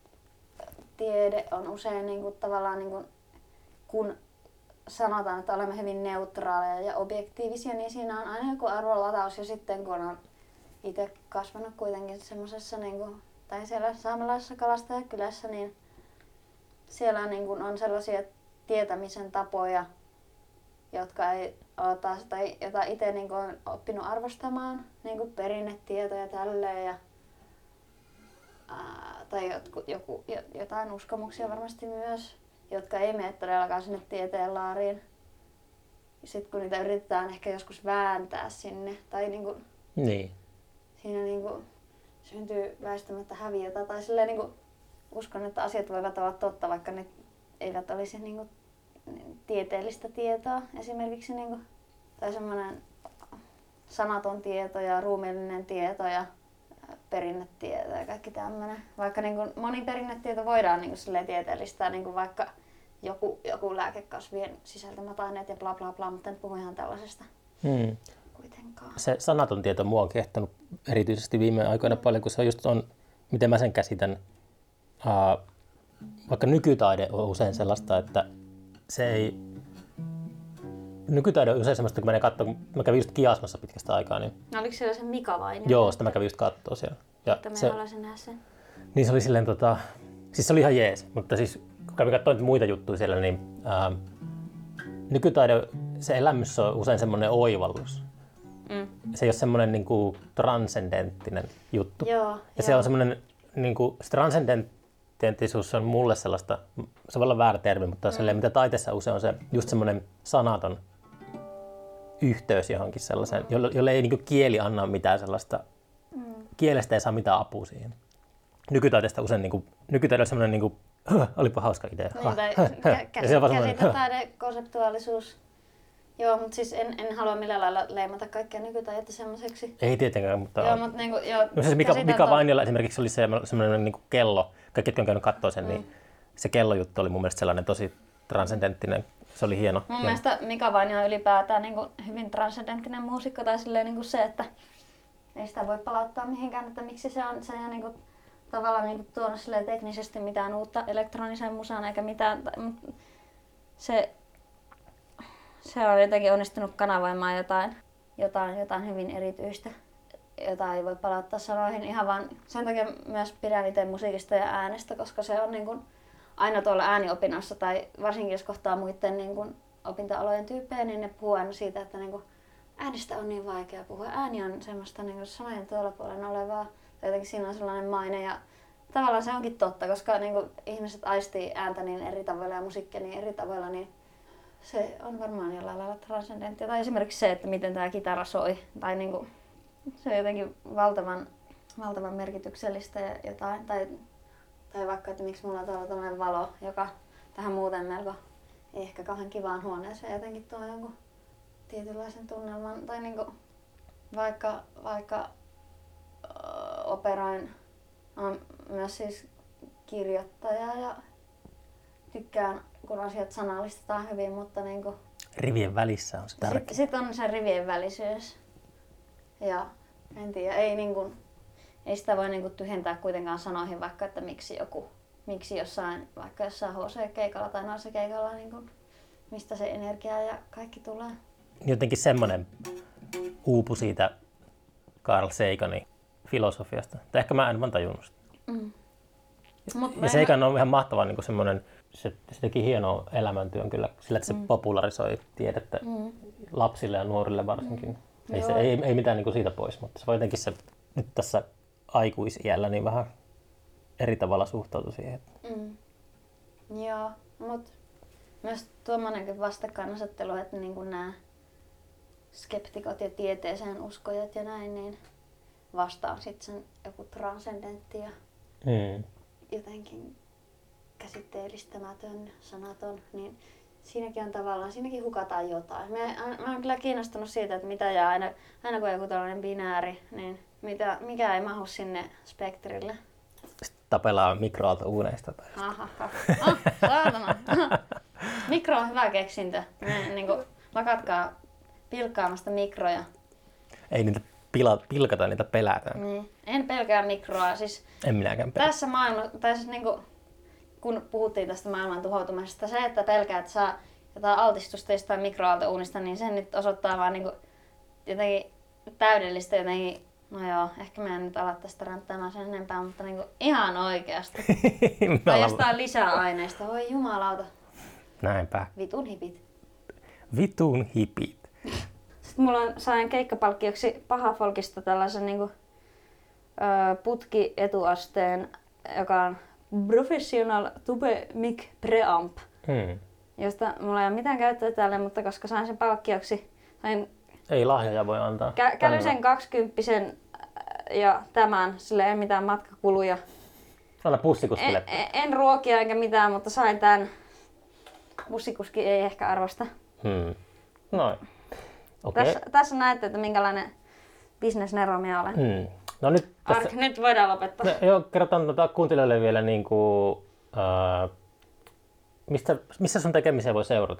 tiede on usein tavallaan kun sanotaan, että olemme hyvin neutraaleja ja objektiivisia, niin siinä on aina joku arvolataus ja sitten kun on itse kasvanut kuitenkin semmoisessa tai siellä saamelaisessa kalastajakylässä, niin siellä on sellaisia tietämisen tapoja, jotka ei ole taas, tai jota itse on oppinut arvostamaan, perinnetietoja tälleen. Ja tai jotain uskomuksia varmasti myös, jotka ei mene todellakaan sinne tieteen laariin. Sitten kun niitä yritetään ehkä joskus vääntää sinne, tai niinku, Niin. siinä niinku syntyy väistämättä häviötä. Tai silleen niinku, uskon, että asiat voivat olla totta, vaikka ne eivät olisi niinku tieteellistä tietoa. Esimerkiksi niinku, tai semmoinen sanaton tieto ja ruumiillinen tieto ja perinnetieto ja kaikki tämmöinen. Vaikka niinku moni perinnetieto voidaan niinku tieteellistää, niinku vaikka joku lääkekasvien sisältämät aineet ja bla bla bla, mutta en puhu ihan tällaisesta kuitenkaan. Se sanaton tieto mua on kehtonut erityisesti viime aikoina paljon, kun se on miten mä sen käsitän. Vaikka nykytaide on usein sellaista, että se ei... Nykytaide on usein sellaista, kun menee katsomaan, kun mä kävin just Kiasmassa pitkästä aikaa. Niin... No, oliko siellä se Mika Vainio? Joo, sitä mä kävin just katsoa siellä. Että me haluaisin nähdä sen. Niin se oli silleen, siis se oli ihan jees, mutta siis kun kävin katsomaan muita juttuja siellä, niin nykytaide, se elämys on usein semmoinen oivallus. Se ei ole semmoinen niinku transcendenttinen juttu. Joo, ja se on semmoinen, niinku, se transcendenttisuus on mulle sellaista, se voi olla väärä termi, mutta silleen, mitä taiteessa usein on se just semmoinen sanaton yhteys johonkin sellaiseen, jolle ei niinku kieli anna mitään sellaista, kielestä ei saa mitään apua siihen. Nykytaiteesta usein, nykytaide on semmoinen, olipa hauska idea. Käsitetaide, konseptuaalisuus. Joo, mutta siis en halua millään lailla leimata kaikkea nykytaidetta semmoiseksi. Ei tietenkään, mutta... Joo, mutta niinku, joo, no siis Mika Vainiolla esimerkiksi oli semmoinen niinku kello, kaikki jotka on käynyt katsoa sen, niin se kellojuttu oli mun mielestä sellainen tosi transcendenttinen. Se oli hieno. Mun mielestä Mika Vainio on ylipäätään niinku hyvin transcendenttinen muusikko, tai silleen niinku se, että ei sitä voi palauttaa mihinkään, että miksi se ei niinku tavallaan niinku tuonut silleen teknisesti mitään uutta elektroniseen musaan eikä mitään. Se on jotenkin onnistunut kanavoimaan jotain hyvin erityistä, jota ei voi palauttaa sanoihin ihan vaan. Sen takia myös pidän itse musiikista ja äänestä, koska se on niin kuin aina tuolla ääniopinnoissa tai varsinkin jos kohtaa muiden niin kuin opintoalojen tyyppejä, niin ne puhuu aina siitä, että niin kuin äänestä on niin vaikea puhua. Ääni on semmoista niin kuin sanojen tuolla puolella olevaa, tai jotenkin siinä on sellainen maine ja tavallaan se onkin totta, koska niin kuin ihmiset aistii ääntä niin eri tavoilla ja musiikkia niin eri tavoilla, niin se on varmaan jollain lailla transcendenttia. Tai esimerkiksi se, että miten tämä kitara soi. Tai niinku, se on jotenkin valtavan merkityksellistä ja jotain. Tai vaikka, että miksi mulla on tuolla tämmöinen valo, joka tähän muuten melko ei ehkä kauhean kivaan huoneeseen jotenkin tuo jonkun tietynlaisen tunnelman. Tai niinku, vaikka operoin, on myös siis kirjoittaja ja tykkään, kun asiat sanallistetaan hyvin, mutta niinku... Rivien välissä on se tärkeä. Sitten on se rivien välisyys. Ja en tiedä, ei sitä voi niinku tyhjentää kuitenkaan sanoihin, vaikka että miksi jossain HC-keikalla tai noissa keikalla, niinku, mistä se energia ja kaikki tulee. Jotenkin semmoinen uupu siitä Carl Saganin filosofiasta. Tai ehkä mä en vaan tajunnut sitä. Ja Sagan on ihan mahtava niin semmoinen, se teki hienoa elämäntyön kyllä sillä, että se popularisoi tiedettä lapsille ja nuorille varsinkin. Ei mitään niin siitä pois, mutta se voi jotenkin se nyt tässä aikuisiällä niin vähän eri tavalla suhtautua siihen. Joo, mutta myös tuommoinenkin vastakkainasettelu, että niin kuin nämä skeptikot ja tieteeseen uskojat ja näin, niin vastaan sitten sen joku transcendentti ja jotenkin käsitteellistämätön, sanaton, niin siinäkin hukataan jotain. Mä oon kyllä kiinnostunut siitä, että mitä jää aina kun on joku tällainen binääri, niin mikä ei mahdu sinne spektrille. Sitten tapellaan mikroaaltouuneista. Saatana. Mikro on hyvä keksintö. Lakatkaa pilkkaamasta mikroja. Ei niitä pilkata, niitä pelätään. Niin. En pelkää mikroa. Siis en minäkään pelkää. Tässä siis kun puhuttiin tästä maailman tuhoutumisesta, se, että pelkää, että saa jotain altistusta jostain mikroaaltouunista, niin sen nyt osoittaa vaan jotenkin täydellistä jotenkin. No joo, ehkä mä en nyt ala tästä ränttäämään sen enempää, mutta ihan oikeasti. Tai jostain lisäaineista, voi jumalauta. Näinpä. Vitun hipit. Vitun hipit. Sitten mulla sain keikkapalkkioksi Pahafolkista tällaisen putki etuasteen, joka on Professional Tube Mic Preamp, josta mulla ei ole mitään käyttöä tälle, mutta koska sain sen palkkioksi, sain Ei lahjoja voi antaa. Kälysen 20 ja tämän, sille ei mitään matkakuluja. Anna bussikuskille. En ruokia eikä mitään, mutta sain tämän. Bussikuski ei ehkä arvosta. Noin. Okay. Tässä näette, että minkälainen bisnesnero minä olen. No nyt, tässä, Nyt voidaan lopettaa. joo, kerrotaan kuuntelijoille vielä, missä sun tekemiseen voi seurata?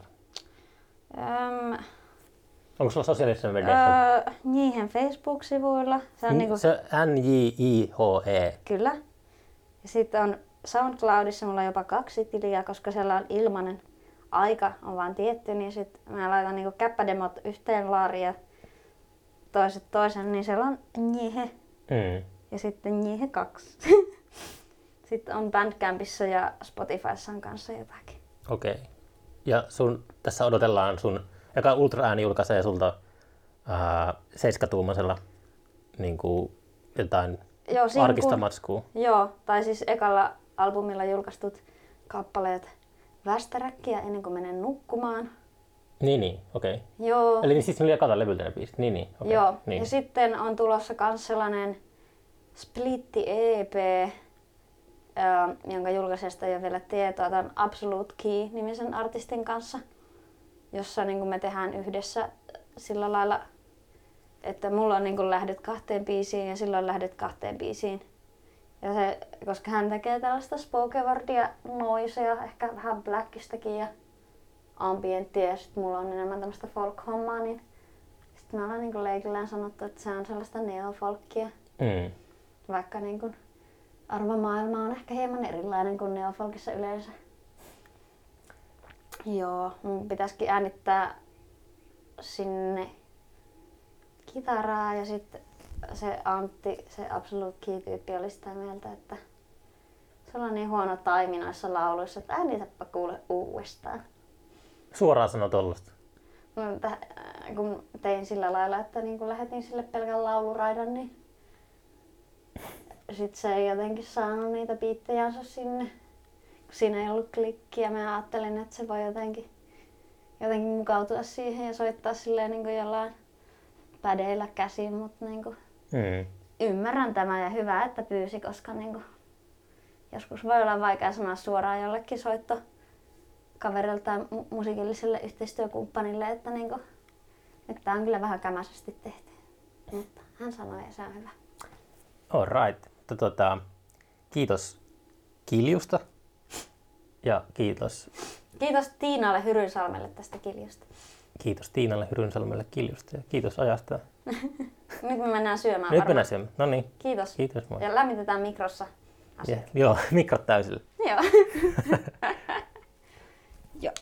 Onko sulla sosiaalisessa mediassa? Njihen Facebook-sivuilla. Se on Se NJIHE. Kyllä. Ja sitten on SoundCloudissa mulla on jopa 2 tiliä, koska siellä on ilmainen aika on vaan tietty, niin sitten mä laitan niinku käppädemot yhteen laariin ja toiset toisen, niin siellä on Njihe. Ja sitten Njihe 2. Sitten on Bandcampissa ja Spotifyssa on kanssa jotakin. Okei. Ja tässä odotellaan joka Ultraääni julkaisee sulta 7-tuumaisella niin kuin jotain arkista matskua. Joo, tai siis ekalla albumilla julkaistut kappaleet västäräkkiä ennen kuin menen nukkumaan. Niin, okei. Joo. Eli siis ne oli ekalta levyltä ne biisit. Niin, okei. Joo, niin. ja sitten on tulossa myös sellainen splitti EP, jonka julkaisesta ei ole vielä tietoa. Tämä on Absolute Key-nimisen artistin kanssa, jossa niin kuin me tehdään yhdessä sillä lailla, että mulla on niin kuin lähdet 2 biisiin ja sillä on lähdet 2 biisiin. Ja se, koska hän tekee tällaista spoken wordia, noisea, ehkä vähän blackistäkin ja ambienttia ja sitten mulla on enemmän tämmöistä folk-hommaa, niin sitten me ollaan niin kuin leikillään sanottu, että se on sellaista neofolkkia. Vaikka niin kuin arvomaailma on ehkä hieman erilainen kuin neofolkissa yleensä. Joo, mun pitäisikin äänittää sinne kitaraa ja sitten se Antti, se Absolute Key-tyyppi oli sitä mieltä, että se on niin huono taimi noissa lauluissa, että äänitäpä kuule uudestaan. Suoraan sanoo tollasta. No, kun tein sillä lailla, että niin kun lähetin sille pelkän lauluraidan, niin sitten se ei jotenkin saanut niitä biittejänsä sinne. Kun siinä ei ollut klikkiä, mä ajattelin, että se voi jotenkin mukautua siihen ja soittaa silleen niin kuin jollain pädeillä käsin, mutta niin kuin ymmärrän tämän ja hyvä, että pyysi, koska niin kuin joskus voi olla vaikea sanoa suoraan jollekin soittokaverille tai musiikilliselle yhteistyökumppanille, että niin kuin, nyt tää on kyllä vähän kämäisesti tehty, mutta hän sanoi ja se on hyvä. All right. Kiitos Kiljusta ja kiitos Tiinalle Hyrynsalmelle tästä Kiljusta. Kiitos Tiinalle Hyrynsalmelle Kiljusta ja kiitos ajasta. Nyt me mennään syömään. Nyt mennään syömään. No niin. Kiitos. Kiitos, moi. Ja lämmitetään mikrossa. Joo, mikrot täysillä. Joo.